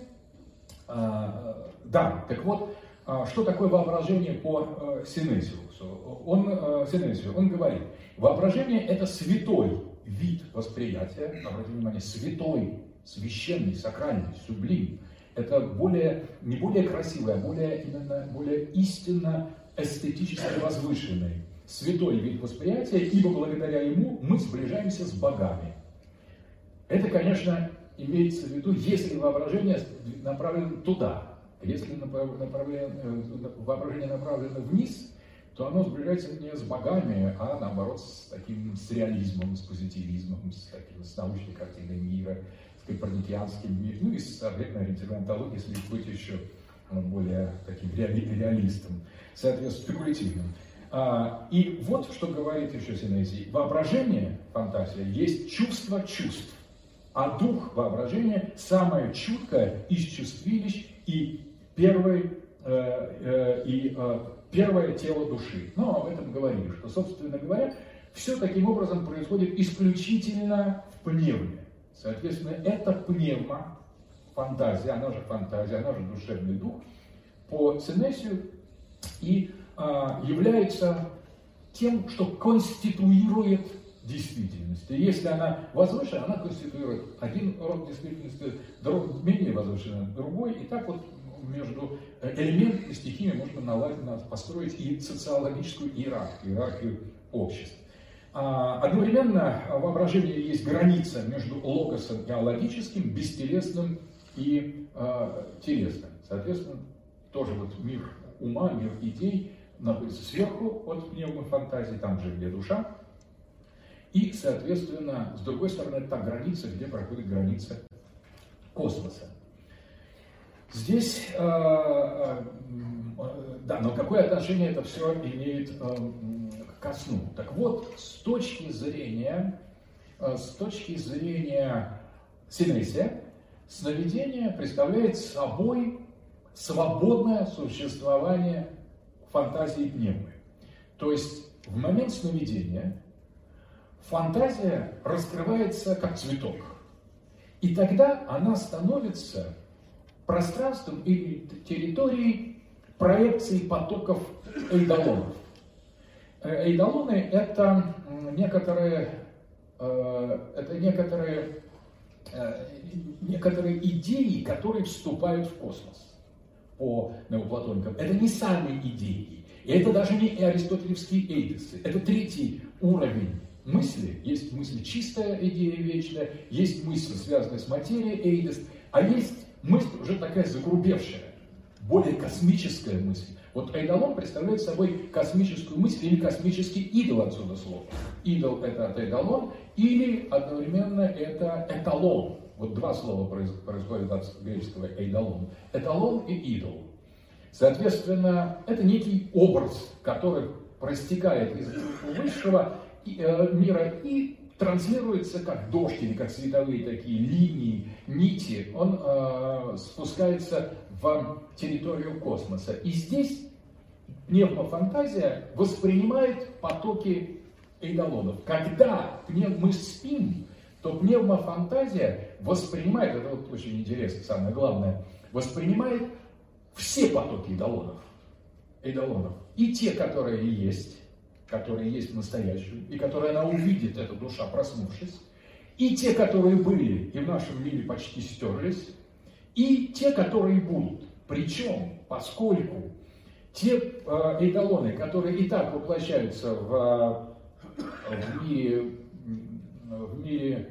да, так вот, что такое воображение по Синесиусу? Он говорит, воображение – это святой вид восприятия, обратите внимание, святой, священный, сакральный, сублим. Это не более красивый, а более истинно эстетически возвышенный, святой вид восприятия, ибо благодаря ему мы сближаемся с богами. Это, конечно, имеется в виду, если воображение направлено туда. Если воображение направлено вниз, то оно сближается не с богами, а наоборот с реализмом, с позитивизмом, с научной картиной мира, с коперникианским миром, ну и с объектно-ориентированной антологией, если быть еще более таким реалистом, соответственно, спекулятивным. И вот что говорит еще Синезий. Воображение, фантазия, есть чувство чувств, а дух воображения самое чуткое из чувствилищ и первое тело души. Но об этом говорили, что, собственно говоря, все таким образом происходит исключительно в пневме. Соответственно, это пневма, фантазия, она же душевный дух, по Синесию и является тем, что конституирует действительность. И если она возвышена, она конституирует один род действительности, менее возвышенный другой, и так вот между элементами, стихиями можно построить и социологическую иерархию общества. Одновременно в воображении есть граница между логосом и алогическим, бестелесным и телесным. Соответственно, тоже вот мир ума, мир идей находится сверху от пневмофантазии, там же, где душа. И, соответственно, с другой стороны, это та граница, где проходит граница космоса. Здесь, да, но какое отношение это все имеет ко сну? Так вот, с точки зрения Синесия, сновидение представляет собой свободное существование фантазии пневмы. То есть в момент сновидения фантазия раскрывается как цветок. И тогда она становится пространством или территорией проекции потоков эйдолонов. Эйдолоны – это некоторые идеи, которые вступают в космос по неоплатоникам. Это не сами идеи. И это даже не аристотелевские эйдосы, это третий уровень мысли. Есть мысль чистая, идея вечная, есть мысль, связанная с материей, эйдос, а есть мысль уже такая загрубевшая, более космическая мысль. Вот эйдолон представляет собой космическую мысль или космический идол, отсюда слово. Идол — это от эйдолон, или одновременно это эталон. Вот два слова происходят от греческого эйдолон. Эталон и идол. Соответственно, это некий образ, который проистекает из высшего мира и транслируется как дождь или как световые такие линии, нити. Он спускается в территорию космоса. И здесь пневмофантазия воспринимает потоки эйдолонов. Когда мы спим, то пневмофантазия воспринимает, это вот очень интересно, самое главное, воспринимает все потоки эйдолонов. И те, которые есть в настоящем, и которые она увидит, эта душа, проснувшись, и те, которые были и в нашем мире почти стерлись, и те, которые будут. Причем, поскольку те эйдолоны, которые и так воплощаются в мире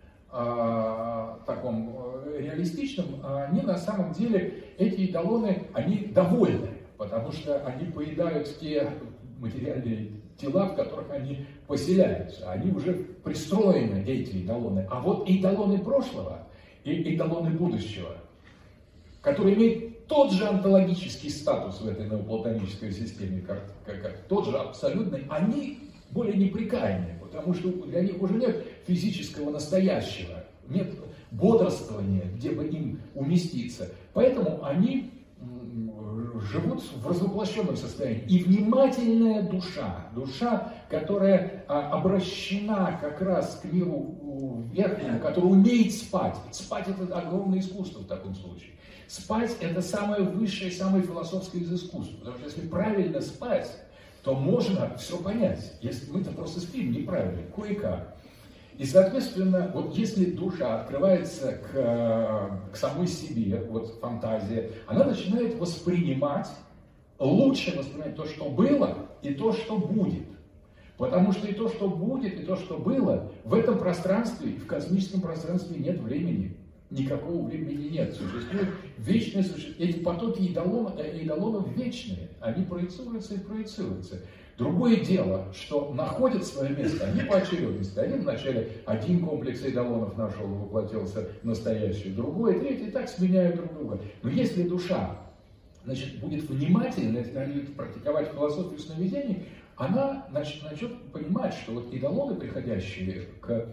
таком реалистичном, они на самом деле, эти эйдолоны, они довольны, потому что они поедают те материальные тела, в которых они поселяются. Они уже пристроены, эти эйдолоны. А вот эйдолоны прошлого и эйдолоны будущего, которые имеют тот же онтологический статус в этой неоплатонической системе, как тот же абсолютный, они более непрекаянные, потому что для них уже нет физического настоящего, нет бодрствования, где бы им уместиться. Поэтому они живут в развоплощенном состоянии. И внимательная душа, которая обращена как раз к миру верхнему, которая умеет спать. Спать — это огромное искусство в таком случае. Спать — это самое высшее, самое философское из искусств. Потому что если правильно спать, то можно все понять. Если мы-то просто спим неправильно, кое-как. И, соответственно, вот если душа открывается к самой себе, вот фантазия, она начинает лучше воспринимать то, что было, и то, что будет. Потому что и то, что будет, и то, что было, в этом пространстве, в космическом пространстве нет времени. Никакого времени нет. Существует вечное существование. Эти потоки эйдолонов вечные. Они проецируются и проецируются. Другое дело, что находят свое место они по очередности. Вначале один комплекс эйдолонов нашел, воплотился в настоящий, другой, третий, и так сменяют друг друга. Но если душа, будет внимательно, если она будет практиковать философию сновидений, она начнет понимать, что вот эйдолоны, приходящие к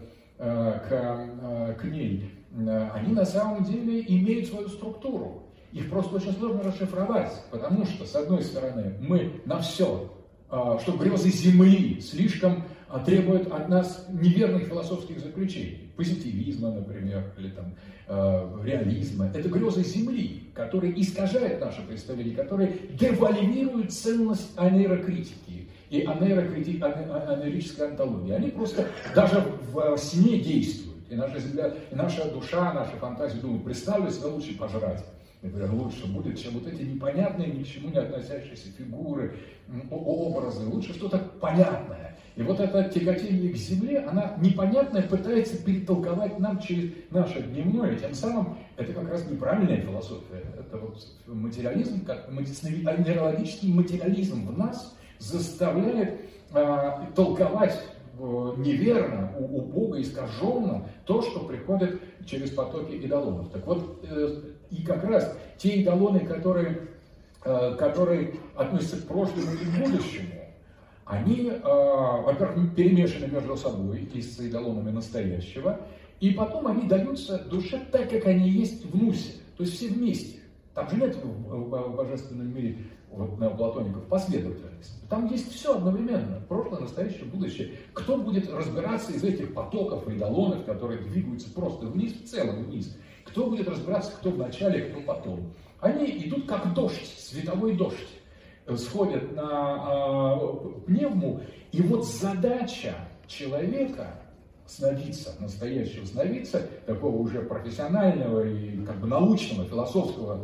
ней, они на самом деле имеют свою структуру. Их просто очень сложно расшифровать, потому что, с одной стороны, мы на все, что грезы Земли слишком требуют от нас неверных философских заключений. Позитивизма, например, или реализма. Это грезы Земли, которые искажают наше представление, которые девальвируют ценность анейрокритики и анейрической антологии. Они просто даже в сне действуют. И наша Земля, и наша душа, наша фантазия думают, представлю себе лучше пожрать. Например, лучше будет, чем вот эти непонятные, ни к чему не относящиеся фигуры, образы. Лучше что-то понятное. И вот это тяготение к Земле, она непонятная пытается перетолковать нам через наше дневное. Тем самым это как раз неправильная философия. Это вот материализм, нейрологический материализм в нас заставляет толковать неверно, убого, искаженно то, что приходит через потоки эйдолонов. Так вот, и как раз те эйдолоны, которые относятся к прошлому и к будущему, они, во-первых, перемешаны между собой и с эйдолонами настоящего, и потом они даются душе так, как они есть в нусе, то есть все вместе. Там же нет в божественном мире неоплатоников последовательности. Там есть все одновременно, прошлое, настоящее, будущее. Кто будет разбираться из этих потоков эйдолонов, которые двигаются просто вниз, в целом вниз? Кто будет разбираться, кто в начале, кто потом? Они идут как дождь, световой дождь, сходят на пневму, и вот задача человека сновидца, настоящего сновидца, такого уже профессионального и как бы научного, философского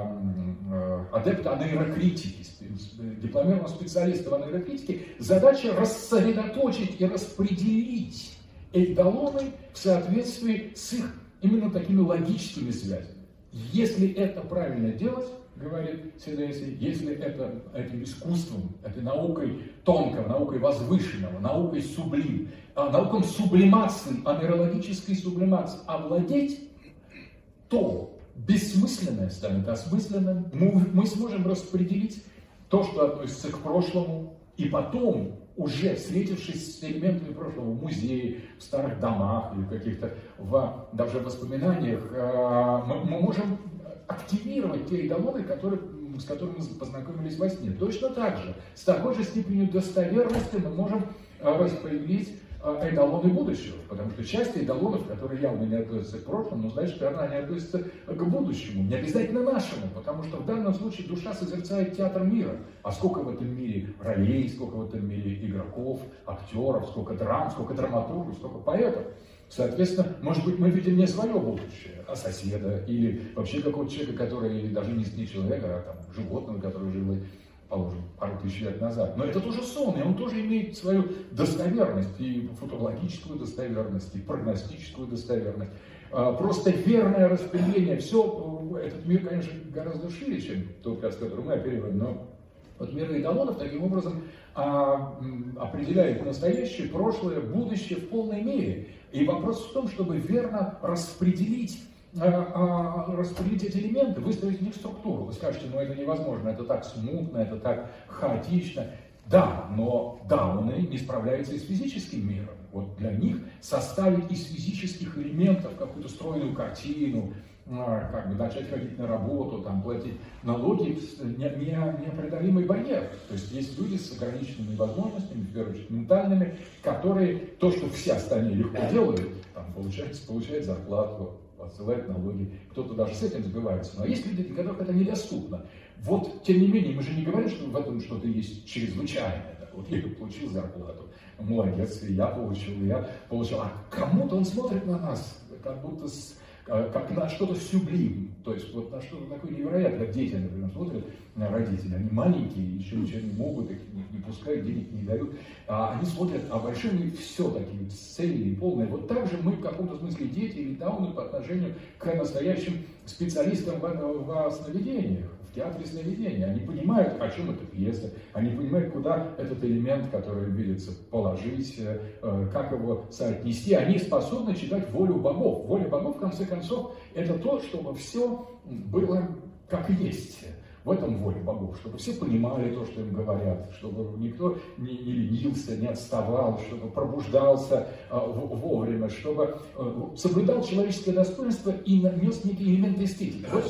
адепта нейрокритики, дипломированного специалиста в нейрокритике, задача рассредоточить и распределить эйдолоны в соответствии с их именно такими логическими связями. Если это правильно делать, говорит Сидейси, если это этим искусством, этой наукой тонкого, наукой возвышенного, наукой наукой сублимации, анейрологической сублимации овладеть, то бессмысленное станет осмысленным, мы сможем распределить то, что относится к прошлому, и потом, уже встретившись с элементами прошлого в музее, в старых домах или каких-то даже в воспоминаниях, мы можем активировать те эйдолоны, с которыми мы познакомились во сне. Точно так же, с такой же степенью достоверности мы можем распределить эйдолоны будущего, потому что часть эйдолонов, которые явно не относятся к прошлому, но значит, наверное, они относятся к будущему, не обязательно нашему, потому что в данном случае душа созерцает театр мира. А сколько в этом мире ролей, сколько в этом мире игроков, актеров, сколько драм, сколько драматургов, сколько поэтов. Соответственно, может быть, мы видим не свое будущее, а соседа, или вообще какого-то человека, который даже не человека, а там, животного, который жил, положим, пару тысяч лет назад. Но это тоже сон, и он тоже имеет свою достоверность, и футурологическую достоверность, и прогностическую достоверность. Просто верное распределение. Все, этот мир, конечно, гораздо шире, чем тот, с которым мы оперируем, но вот мир эйдолонов таким образом определяет настоящее, прошлое, будущее в полной мере. И вопрос в том, чтобы верно распределить эти элементы, выставить в них структуру. Вы скажете, ну это невозможно, это так смутно, это так хаотично. Да, но дауны не справляются и с физическим миром. Вот для них составить из физических элементов какую-то стройную картину, как бы начать ходить на работу, там, платить налоги, непреодолимый барьер. То есть есть люди с ограниченными возможностями, в первую очередь ментальными, которые то, что все остальные легко делают, там, получают зарплату, отсылают налоги, кто-то даже с этим сбивается. Но есть люди, для которых это недоступно. Вот, тем не менее, мы же не говорим, что в этом что-то есть чрезвычайное. Так, вот я получил зарплату, молодец, я получил. А кому-то он смотрит на нас, как будто как на что-то сюблим, то есть вот на что-то такое невероятное. Как дети, например, смотрят на родителей, они маленькие, еще ничего не могут, их не пускают, денег не дают, а они смотрят, а большие все такие цельные, полные. Вот так же мы в каком-то смысле дети или дауны по отношению к настоящим специалистам в сновидениях, в театре сновидения. Они понимают, о чем эта пьеса, они понимают, куда этот элемент, который видится, положить, как его соотнести. Они способны читать волю богов. Воля богов, в конце концов, это то, чтобы все было как есть. В этом воля богов, чтобы все понимали то, что им говорят, чтобы никто не ленился, не отставал, чтобы пробуждался вовремя, чтобы соблюдал человеческое достоинство и нес некие элементы эстетики. Вот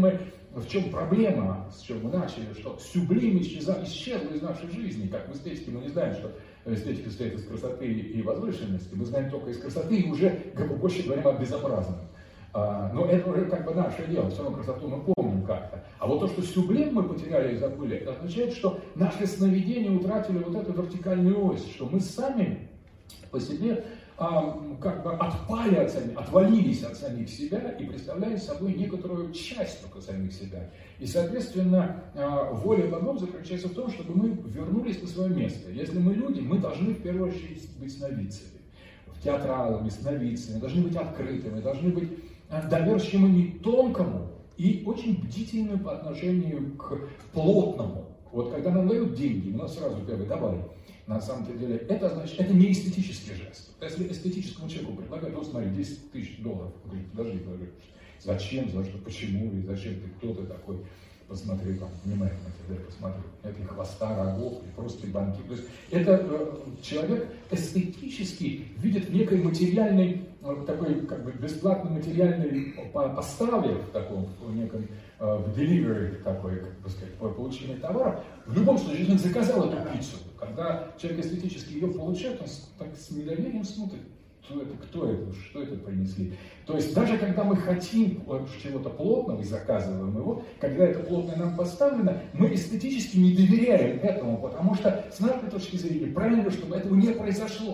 в чем проблема, с чем мы начали, что сюблим исчезло из нашей жизни, как в эстетике мы не знаем, что эстетика состоит из красоты и возвышенности, мы знаем только из красоты и уже, как бы больше говорим о безобразном. Но это уже как бы наше дело, все равно красоту мы помним как-то. А вот то, что сюблим мы потеряли и забыли, это означает, что наши сновидения утратили вот эту вертикальную ось, что мы сами по себе как бы отвалились от самих себя и представляем собой некоторую часть только самих себя. И, соответственно, воля богов заключается в том, чтобы мы вернулись на свое место. Если мы люди, мы должны в первую очередь быть сновидцами, театралами, сновидцами, должны быть открытыми, должны быть доверчивыми тонкому и очень бдительными по отношению к плотному. Вот когда нам дают деньги, у нас сразу говорят, давай. На самом деле, это значит, это не эстетический жест. Если эстетическому человеку предлагают, вот смотри, 10 тысяч долларов, он говорит, подожди, зачем, за что, почему, и зачем ты, кто ты такой, посмотри, там, внимательно тебя посмотри, это хвоста, рогов, и просто банки. То есть это человек эстетически видит некой материальной, такой как бы бесплатной материальной поставе в таком, в неком в delivery такой, как бы сказать, по получению товара. В любом случае, он заказал эту пиццу. Когда человек эстетически ее получает, он так с недоверием смотрит, кто это, что это принесли. То есть даже когда мы хотим чего-то плотного и заказываем его, когда это плотное нам поставлено, мы эстетически не доверяем этому, потому что с нашей точки зрения правильно, чтобы этого не произошло.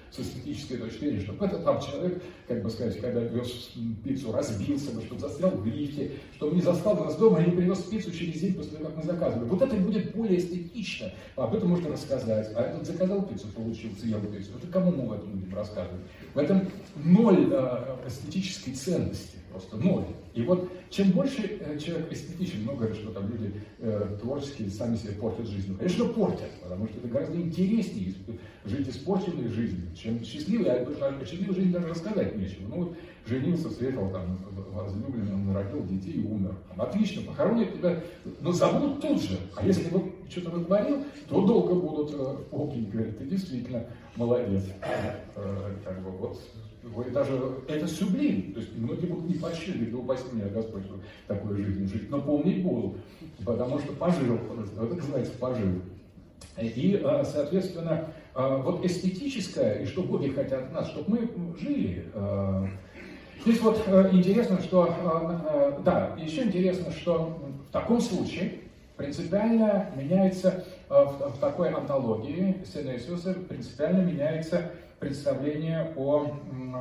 с эстетической точки зрения, чтобы этот там человек, как бы сказать, когда вез пиццу, разбился бы, чтобы застрял в лифте, чтобы не застал нас дома и не привез пиццу через день после того, как мы заказывали. Вот это будет более эстетично. Об этом можно рассказать. А этот заказал пиццу, получил, съел пиццу. Это кому мы в этом будем рассказывать? В этом ноль эстетической ценности. Просто ноль. И вот чем больше человек эстетичен, много говорят, что там люди творческие сами себе портят жизнь. Конечно, портят, потому что это гораздо интереснее жить испорченной жизнью, чем счастливой. А счастливой жизни даже рассказать нечего. Ну вот женился, встретил там возлюбленного, родил детей и умер. Там, отлично, похоронят тебя, но забудут тут же. А если бы что-то натворил, то долго будут помнить, говорят, ты действительно молодец. Как бы вот. Даже это сублим, то есть многие будут не подшили, да упаси меня Господь, что такой жизнью жить, но помнить буду, потому что пожил, это называется пожил. И, соответственно, вот эстетическое, и что боги хотят от нас, чтобы мы жили. Здесь вот интересно, что, да, еще интересно, что в таком случае принципиально меняется, в такой антологии Синесиуса принципиально меняется представление о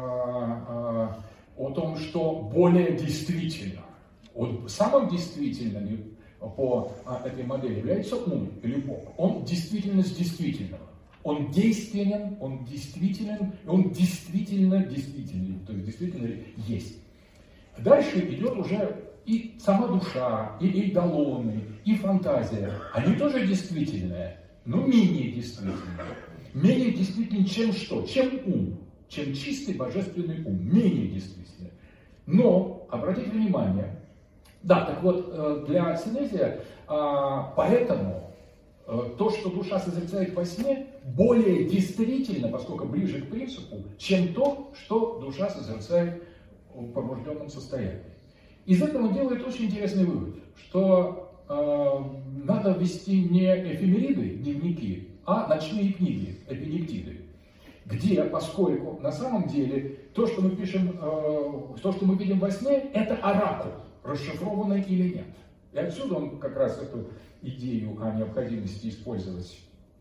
том, что более действительно. Самым действительным по этой модели является ум или Бог. Он действительность действительного. Он действенен, он действителен, он действительно действителен, то есть действительно есть. Дальше идет уже и сама душа, и эйдолоны, и фантазия. Они тоже действительные, но менее действительные. Менее действительный, чем что? Чем ум, чем чистый божественный ум, менее действительный. Но, обратите внимание, да, так вот, для Синезия, поэтому то, что душа созерцает во сне, более действительно, поскольку ближе к принципу, чем то, что душа созерцает в пробужденном состоянии. Из этого делает очень интересный вывод, что надо вести не эфемериды, дневники, а ночные книги, эпинектиды, где, поскольку на самом деле то, что мы пишем, то, что мы видим во сне, это оракул, расшифрованный или нет. И отсюда он как раз эту идею о необходимости использовать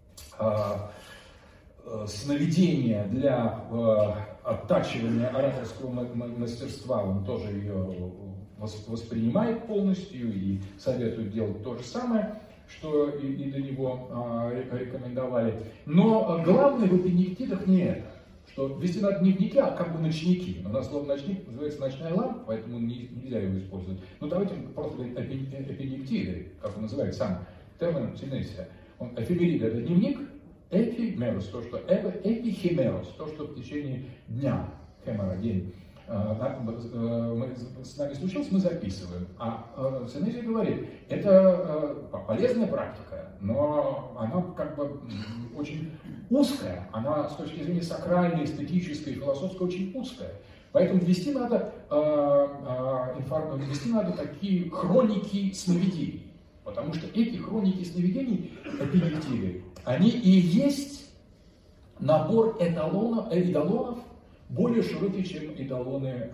сновидения для оттачивания ораторского мастерства, он тоже ее воспринимает полностью и советует делать то же самое, что и до него рекомендовали. Но главное в эпинектидах не это, что вести надо дневники, а как бы ночники. У нас слово ночник называется ночная лампа, поэтому нельзя его использовать. Ну давайте просто говорить эпинектиды, как он называет сам термин Синесия. Эфемерид — это дневник, эфимерос, то, что эпихемерос, то, что в течение дня, хемера, день, с нами случилось, мы записываем. А Синезия говорит, это полезная практика, но она как бы очень узкая, она с точки зрения сакральной, эстетической, философской очень узкая. Поэтому вести надо такие хроники сновидений, потому что эти хроники сновидений, эпилептиды, они и есть набор идолонов, более широкий, чем идолоны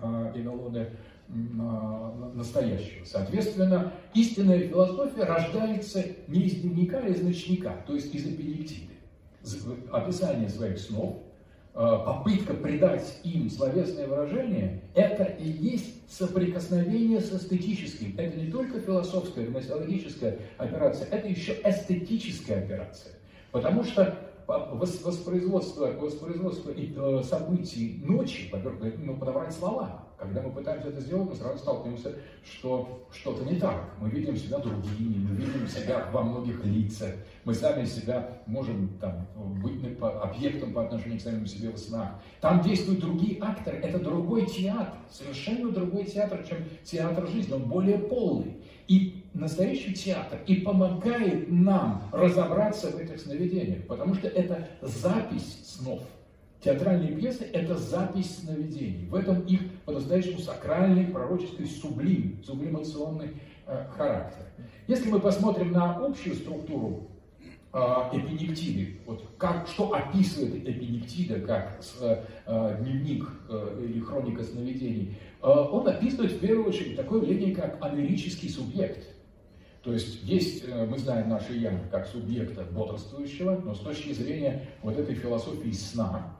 настоящего. Соответственно, истинная философия рождается не из дневника, а из ночника, то есть из эпилептиды. Описание своих снов, попытка придать им словесное выражение, это и есть соприкосновение с эстетическим. Это не только философская, гносеологическая операция, это еще эстетическая операция. Потому что воспроизводство событий ночи, во-первых, подобрать слова. Когда мы пытаемся это сделать, мы сразу сталкиваемся, что что-то не так. Мы видим себя другими, мы видим себя во многих лицах. Мы сами себя можем быть объектом по отношению к самим себе во снах. Там действуют другие акторы. Это другой театр, совершенно другой театр, чем театр жизни. Он более полный. И настоящий театр и помогает нам разобраться в этих сновидениях, потому что это запись снов. Театральные пьесы – это запись сновидений. В этом их по-настоящему сакральный, пророческий, сублимационный характер. Если мы посмотрим на общую структуру эпинектиды, что описывает эпинектида как дневник или хроника сновидений, он описывает в первую очередь такое явление, как амерический субъект. То есть мы знаем наше «я» как субъекта бодрствующего, но с точки зрения вот этой философии сна,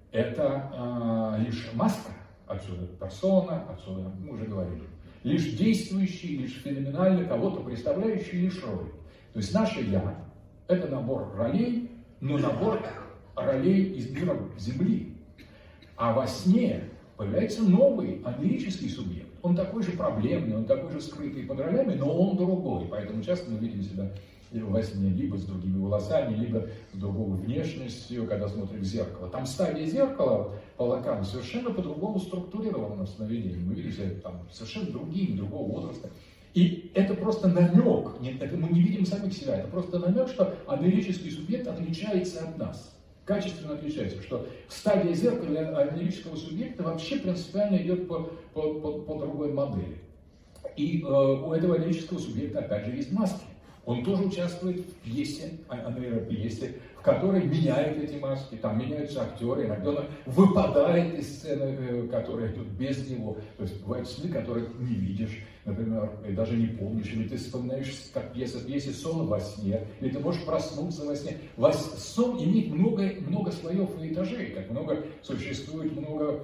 это лишь маска, отсюда персона, отсюда, мы уже говорили, лишь действующий, лишь феноменально кого-то представляющий лишь роль. То есть наше «я» — это набор ролей, но набор ролей из мира Земли. А во сне появляется новый онирический субъект. Он такой же проблемный, он такой же скрытый под ролями, но он другой. Поэтому часто мы видим себя во сне либо с другими волосами, либо с другой внешностью, когда смотрим в зеркало. Там стадия зеркала по Лакану совершенно по-другому структурирована в сновидении. Мы видим себя там совершенно другими, другого возраста. И это просто намек, это мы не видим самих себя, это просто намек, что онирический субъект отличается от нас. Качественно отличается, что стадия зеркала онирического субъекта вообще принципиально идет по другой модели. И у этого онирического субъекта опять же есть маски. Он тоже участвует в пьесе, пьесе, в которой меняют эти маски, там меняются актеры, иногда он выпадает из сцены, которые идут без него. То есть бывают сны, которые не видишь, например, и даже не помнишь, или ты вспоминаешь, как пьесе сон во сне, или ты можешь проснуться во сне. Сон имеет много слоев и этажей, как много существует много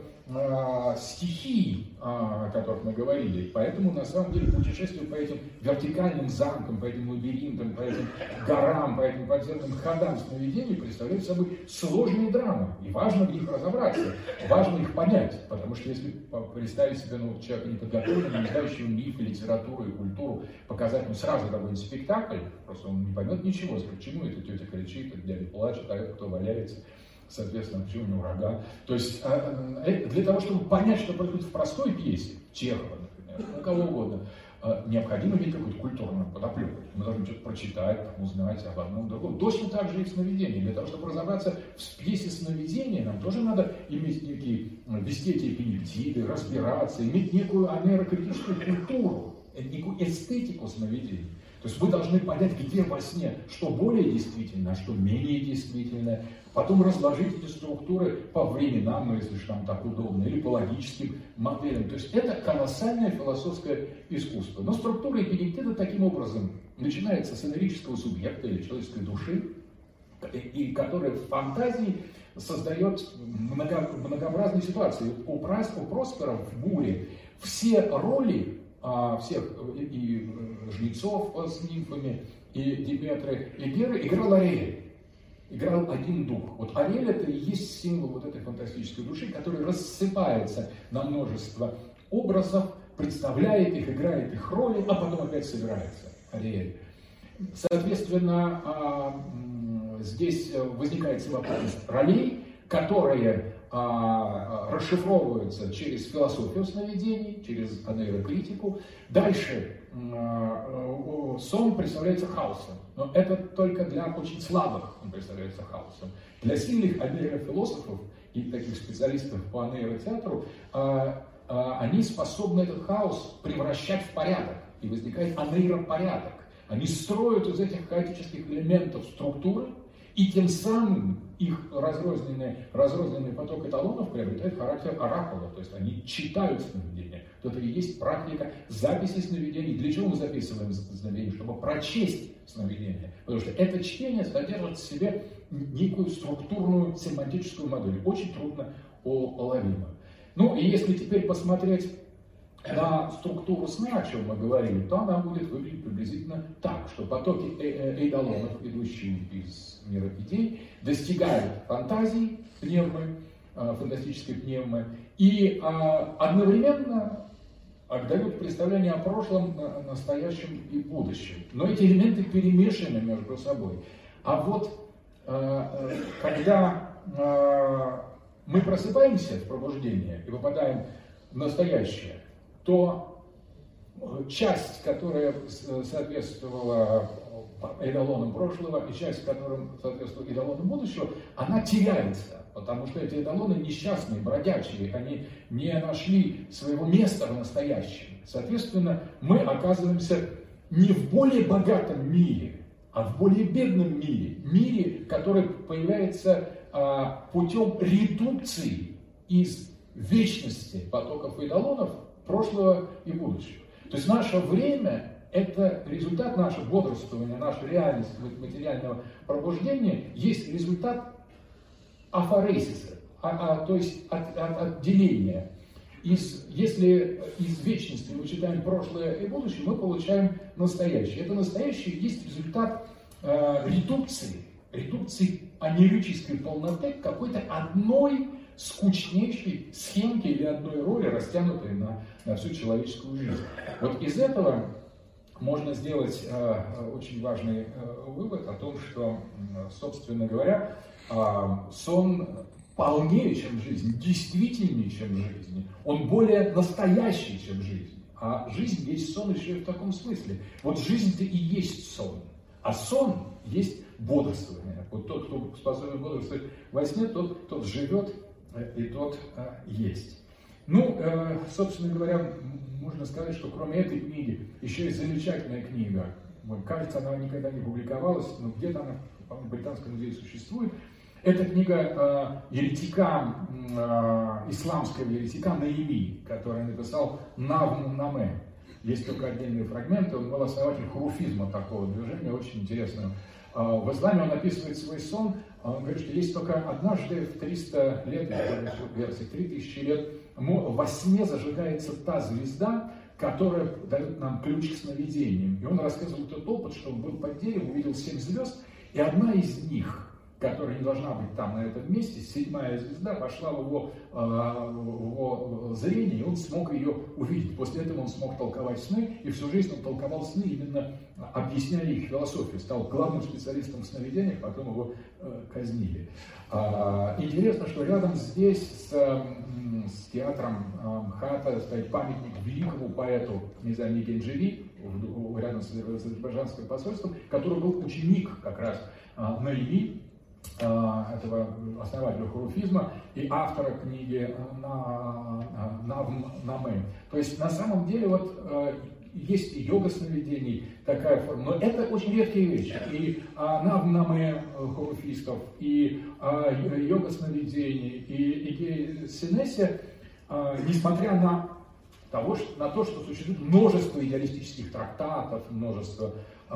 стихий, о которых мы говорили. Поэтому, на самом деле, путешествие по этим вертикальным замкам, по этим лабиринтам, по этим горам, по этим подземным ходам сновидений представляет собой сложные драмы. И важно в них разобраться, важно их понять. Потому что если представить себе человека неподготовленного, не знающего миф, литературу и культуру, показать ему сразу какой-нибудь спектакль, просто он не поймет ничего, почему эта тетя кричит, дядя плачет, а этот кто валяется. Соответственно, почему у него рога. То есть для того, чтобы понять, что происходит в простой пьесе, Чехова, например, у кого угодно, необходимо иметь какую-то культурную подоплеку. Мы должны что-то прочитать, узнать об одном другом. Точно так же и в сновидении. Для того, чтобы разобраться в пьесе сновидения, нам тоже надо иметь вести эти эпинептиды, разбираться, иметь некую анейрокритическую культуру, некую эстетику сновидений. То есть вы должны понять, где во сне что более действительно, а что менее действительно. Потом разложить эти структуры по временам, ну, если же там так удобно, или по логическим моделям. То есть это колоссальное философское искусство. Но структура эпинептида таким образом начинается с онирического субъекта или человеческой души, и которая в фантазии создает многообразные ситуации. У Проспера в «Буре» все роли всех и жнецов с нимфами, и Диметры, и Геры играл Ариэль. Играл один дух. Вот Ариэль — это и есть символ вот этой фантастической души, который рассыпается на множество образов, представляет их, играет их роли, а потом опять собирается. Ариэль. Соответственно, здесь возникает совокупность ролей, которые расшифровываются через философию сновидений, через анейрокритику. Дальше сон представляется хаосом. Но это только для очень слабых он представляется хаосом. Для сильных анейрофилософов и таких специалистов по анейротеатру они способны этот хаос превращать в порядок. И возникает анейропорядок. Они строят из этих хаотических элементов структуры, и тем самым их разрозненный поток эталонов приобретает характер оракула, то есть они читают сновидения. Это и есть практика записи сновидений. Для чего мы записываем сновидения? Чтобы прочесть сновидения. Потому что это чтение содержит в себе некую структурную семантическую модель, очень трудно уловимую. Ну и если теперь посмотреть на структуру сна, о чем мы говорили, то она будет выглядеть приблизительно так, что потоки эйдолонов, идущие из мира идей, достигают фантазии, пневмы, фантастической пневмы, и одновременно дают представление о прошлом, настоящем и будущем. Но эти элементы перемешаны между собой. А вот когда мы просыпаемся в пробуждении и попадаем в настоящее, то часть, которая соответствовала эйдолонам прошлого, и часть, которая соответствует эйдолонам будущего, она теряется, потому что эти эйдолоны несчастные, бродячие, они не нашли своего места в настоящем. Соответственно, мы оказываемся не в более богатом мире, а в более бедном мире, который появляется путем редукции из вечности потоков эйдолонов прошлого и будущего. То есть наше время – это результат нашего бодрствования, наша реальность материального пробуждения, есть результат афорезиса. то есть отделение. Если из вечности мы читаем прошлое и будущее, мы получаем настоящее. Это настоящее есть результат редукции онирической полноты к какой-то одной скучнейшей схемке или одной роли, растянутой на всю человеческую жизнь. Вот из этого можно сделать очень важный вывод о том, что, собственно говоря, сон полнее, чем жизнь, действительнее, чем жизнь. Он более настоящий, чем жизнь. А жизнь есть сон еще и в таком смысле. Вот жизнь-то и есть сон. А сон есть бодрствование. Вот тот, кто способен бодрствовать во сне, тот живет и тот есть. Ну, собственно говоря, можно сказать, что кроме этой книги еще есть замечательная книга. Кажется, она никогда не публиковалась, но где-то она, по-моему, в Британском музее существует. Это книга еретика, исламского еретика Наими, который написал Навм Наме. Есть только отдельные фрагменты. Он был основатель хуруфизма, такого движения, очень интересного. В исламе он описывает свой сон. Он говорит, что есть только однажды в 300 лет, в версии 3000 лет, во сне зажигается та звезда, которая дает нам ключ к сновидениям. И он рассказывал тот опыт, что он был под деревом, увидел 7 звезд, и одна из них, которая не должна быть там, на этом месте, 7-я звезда, пошла в его зрение, и он смог ее увидеть. После этого он смог толковать сны, и всю жизнь он толковал сны, именно объясняя их философию. Стал главным специалистом в сновидениях, потом его казнили. Интересно, что рядом здесь с театром МХАТа стоит памятник великому поэту Низами Генджеви, рядом с азербайджанским посольством, который был ученик как раз Наими, этого основателя хуруфизма и автора книги Навм Наме. То есть на самом деле вот есть йога сновидений, такая форма, но это очень редкие вещи. И Навм Наме хуруфистов, и йога сновидений, и Синеси, несмотря на то, что существует множество идеалистических трактатов, множество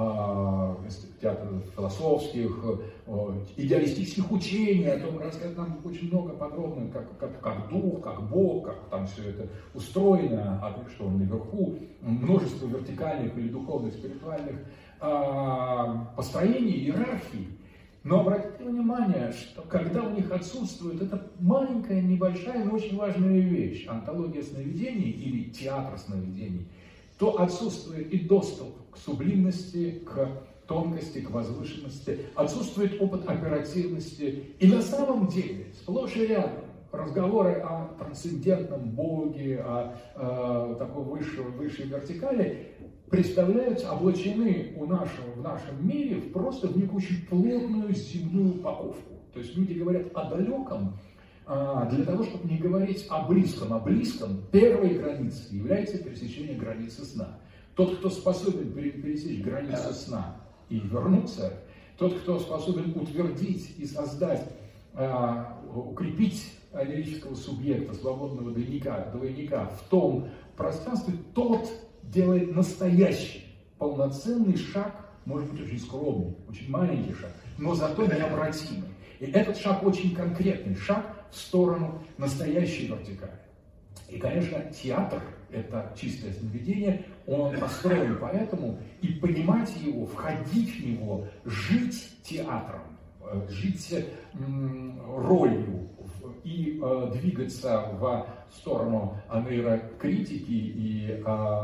философских, идеалистических учений, о том рассказать нам очень много подробно, как дух, как Бог, как там все это устроено, что он наверху, множество вертикальных или духовных, спиритуальных построений, иерархий. Но обратите внимание, что когда у них отсутствует эта маленькая, небольшая, но очень важная вещь, антология сновидений или театр сновидений, то отсутствует и доступ к сублимности, к тонкости, к возвышенности, отсутствует опыт оперативности. И на самом деле сплошь и рядом разговоры о трансцендентном Боге, о такой высшей вертикали представляются, облачены в нашем мире просто в некую очень плотную земную упаковку. То есть люди говорят о далеком, для того, чтобы не говорить о близком, первой границей является пересечение границы сна. Тот, кто способен пересечь границу сна и вернуться, тот, кто способен утвердить и создать, укрепить лирического субъекта, свободного двойника в том пространстве, тот делает настоящий, полноценный шаг, может быть очень скромный, очень маленький шаг, но зато необратимый. И этот шаг очень конкретный, шаг в сторону настоящей вертикали. И, конечно, театр – это чистое сновидение, он построен поэтому, и понимать его, входить в него, жить театром, жить ролью и двигаться в сторону нейрокритики и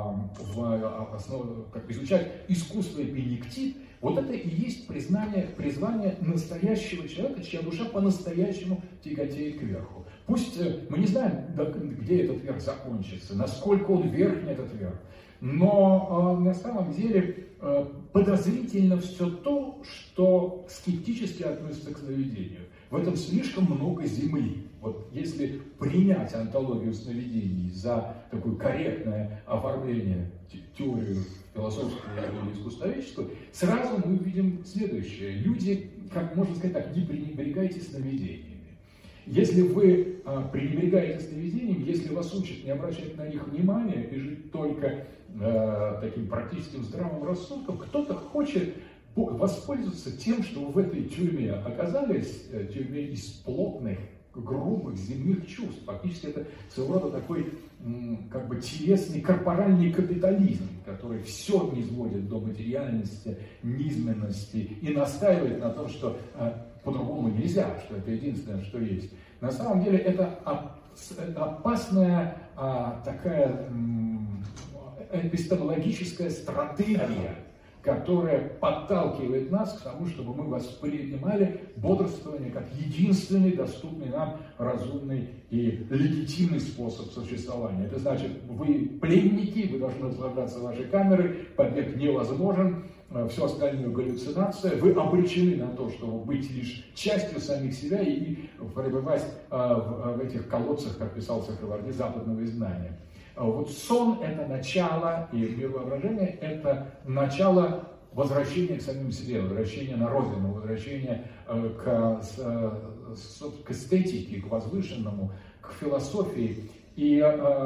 изучать искусство и пенектит, вот это и есть призвание настоящего человека, чья душа по-настоящему тяготеет кверху. Пусть мы не знаем, где этот верх закончится, насколько он верхний, этот верх, но на самом деле подозрительно все то, что скептически относится к сновидению. В этом слишком много земли. Вот если принять антологию сновидений за такое корректное оформление, теорию философскую или искусствоведческую, сразу мы увидим следующее. Люди, как можно сказать так, не пренебрегайте сновидениями. Если вы пренебрегаете сновидениями, если вас учат не обращать на них внимания и жить только таким практическим здравым рассудком, кто-то хочет воспользоваться тем, что вы в этой тюрьме оказались, тюрьме из плотных грубых земных чувств. Фактически это своего рода такой как бы телесный корпоральный капитализм, который все низводит до материальности, низменности и настаивает на том, что по-другому нельзя, что это единственное, что есть. На самом деле это опасная такая эпистемологическая стратегия, которая подталкивает нас к тому, чтобы мы воспринимали бодрствование как единственный доступный нам разумный и легитимный способ существования. Это значит, вы пленники, вы должны наслаждаться вашей камерой, побег невозможен, все остальное галлюцинация, вы обречены на то, чтобы быть лишь частью самих себя и пребывать в этих колодцах, как писал Сахаварди, западного изгнания. Вот сон – это начало, и мир воображения – это начало возвращения к самим себе, возвращения на родину, возвращения к эстетике, к возвышенному, к философии. И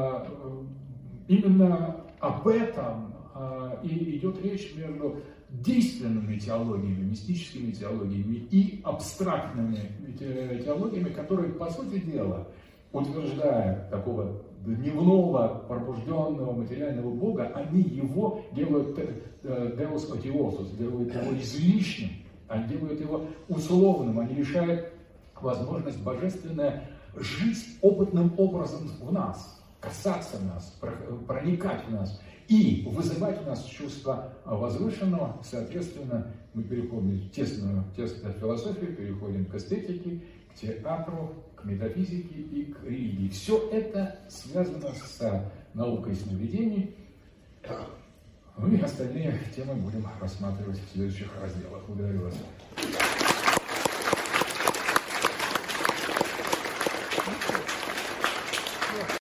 именно об этом и идет речь между действенными теологиями, мистическими теологиями и абстрактными теологиями, которые, по сути дела, утверждая такого дневного, пробужденного материального Бога, они его делают Deus Otiosus, делают его излишним, они делают его условным, они лишают возможность божественная жить опытным образом в нас, касаться нас, проникать в нас и вызывать в нас чувство возвышенного. Соответственно, мы переходим в тесную философию, переходим к эстетике, к театру, к метафизике и к религии. Все это связано с наукой сновидений. Ну и остальные темы будем рассматривать в следующих разделах. Благодарю вас.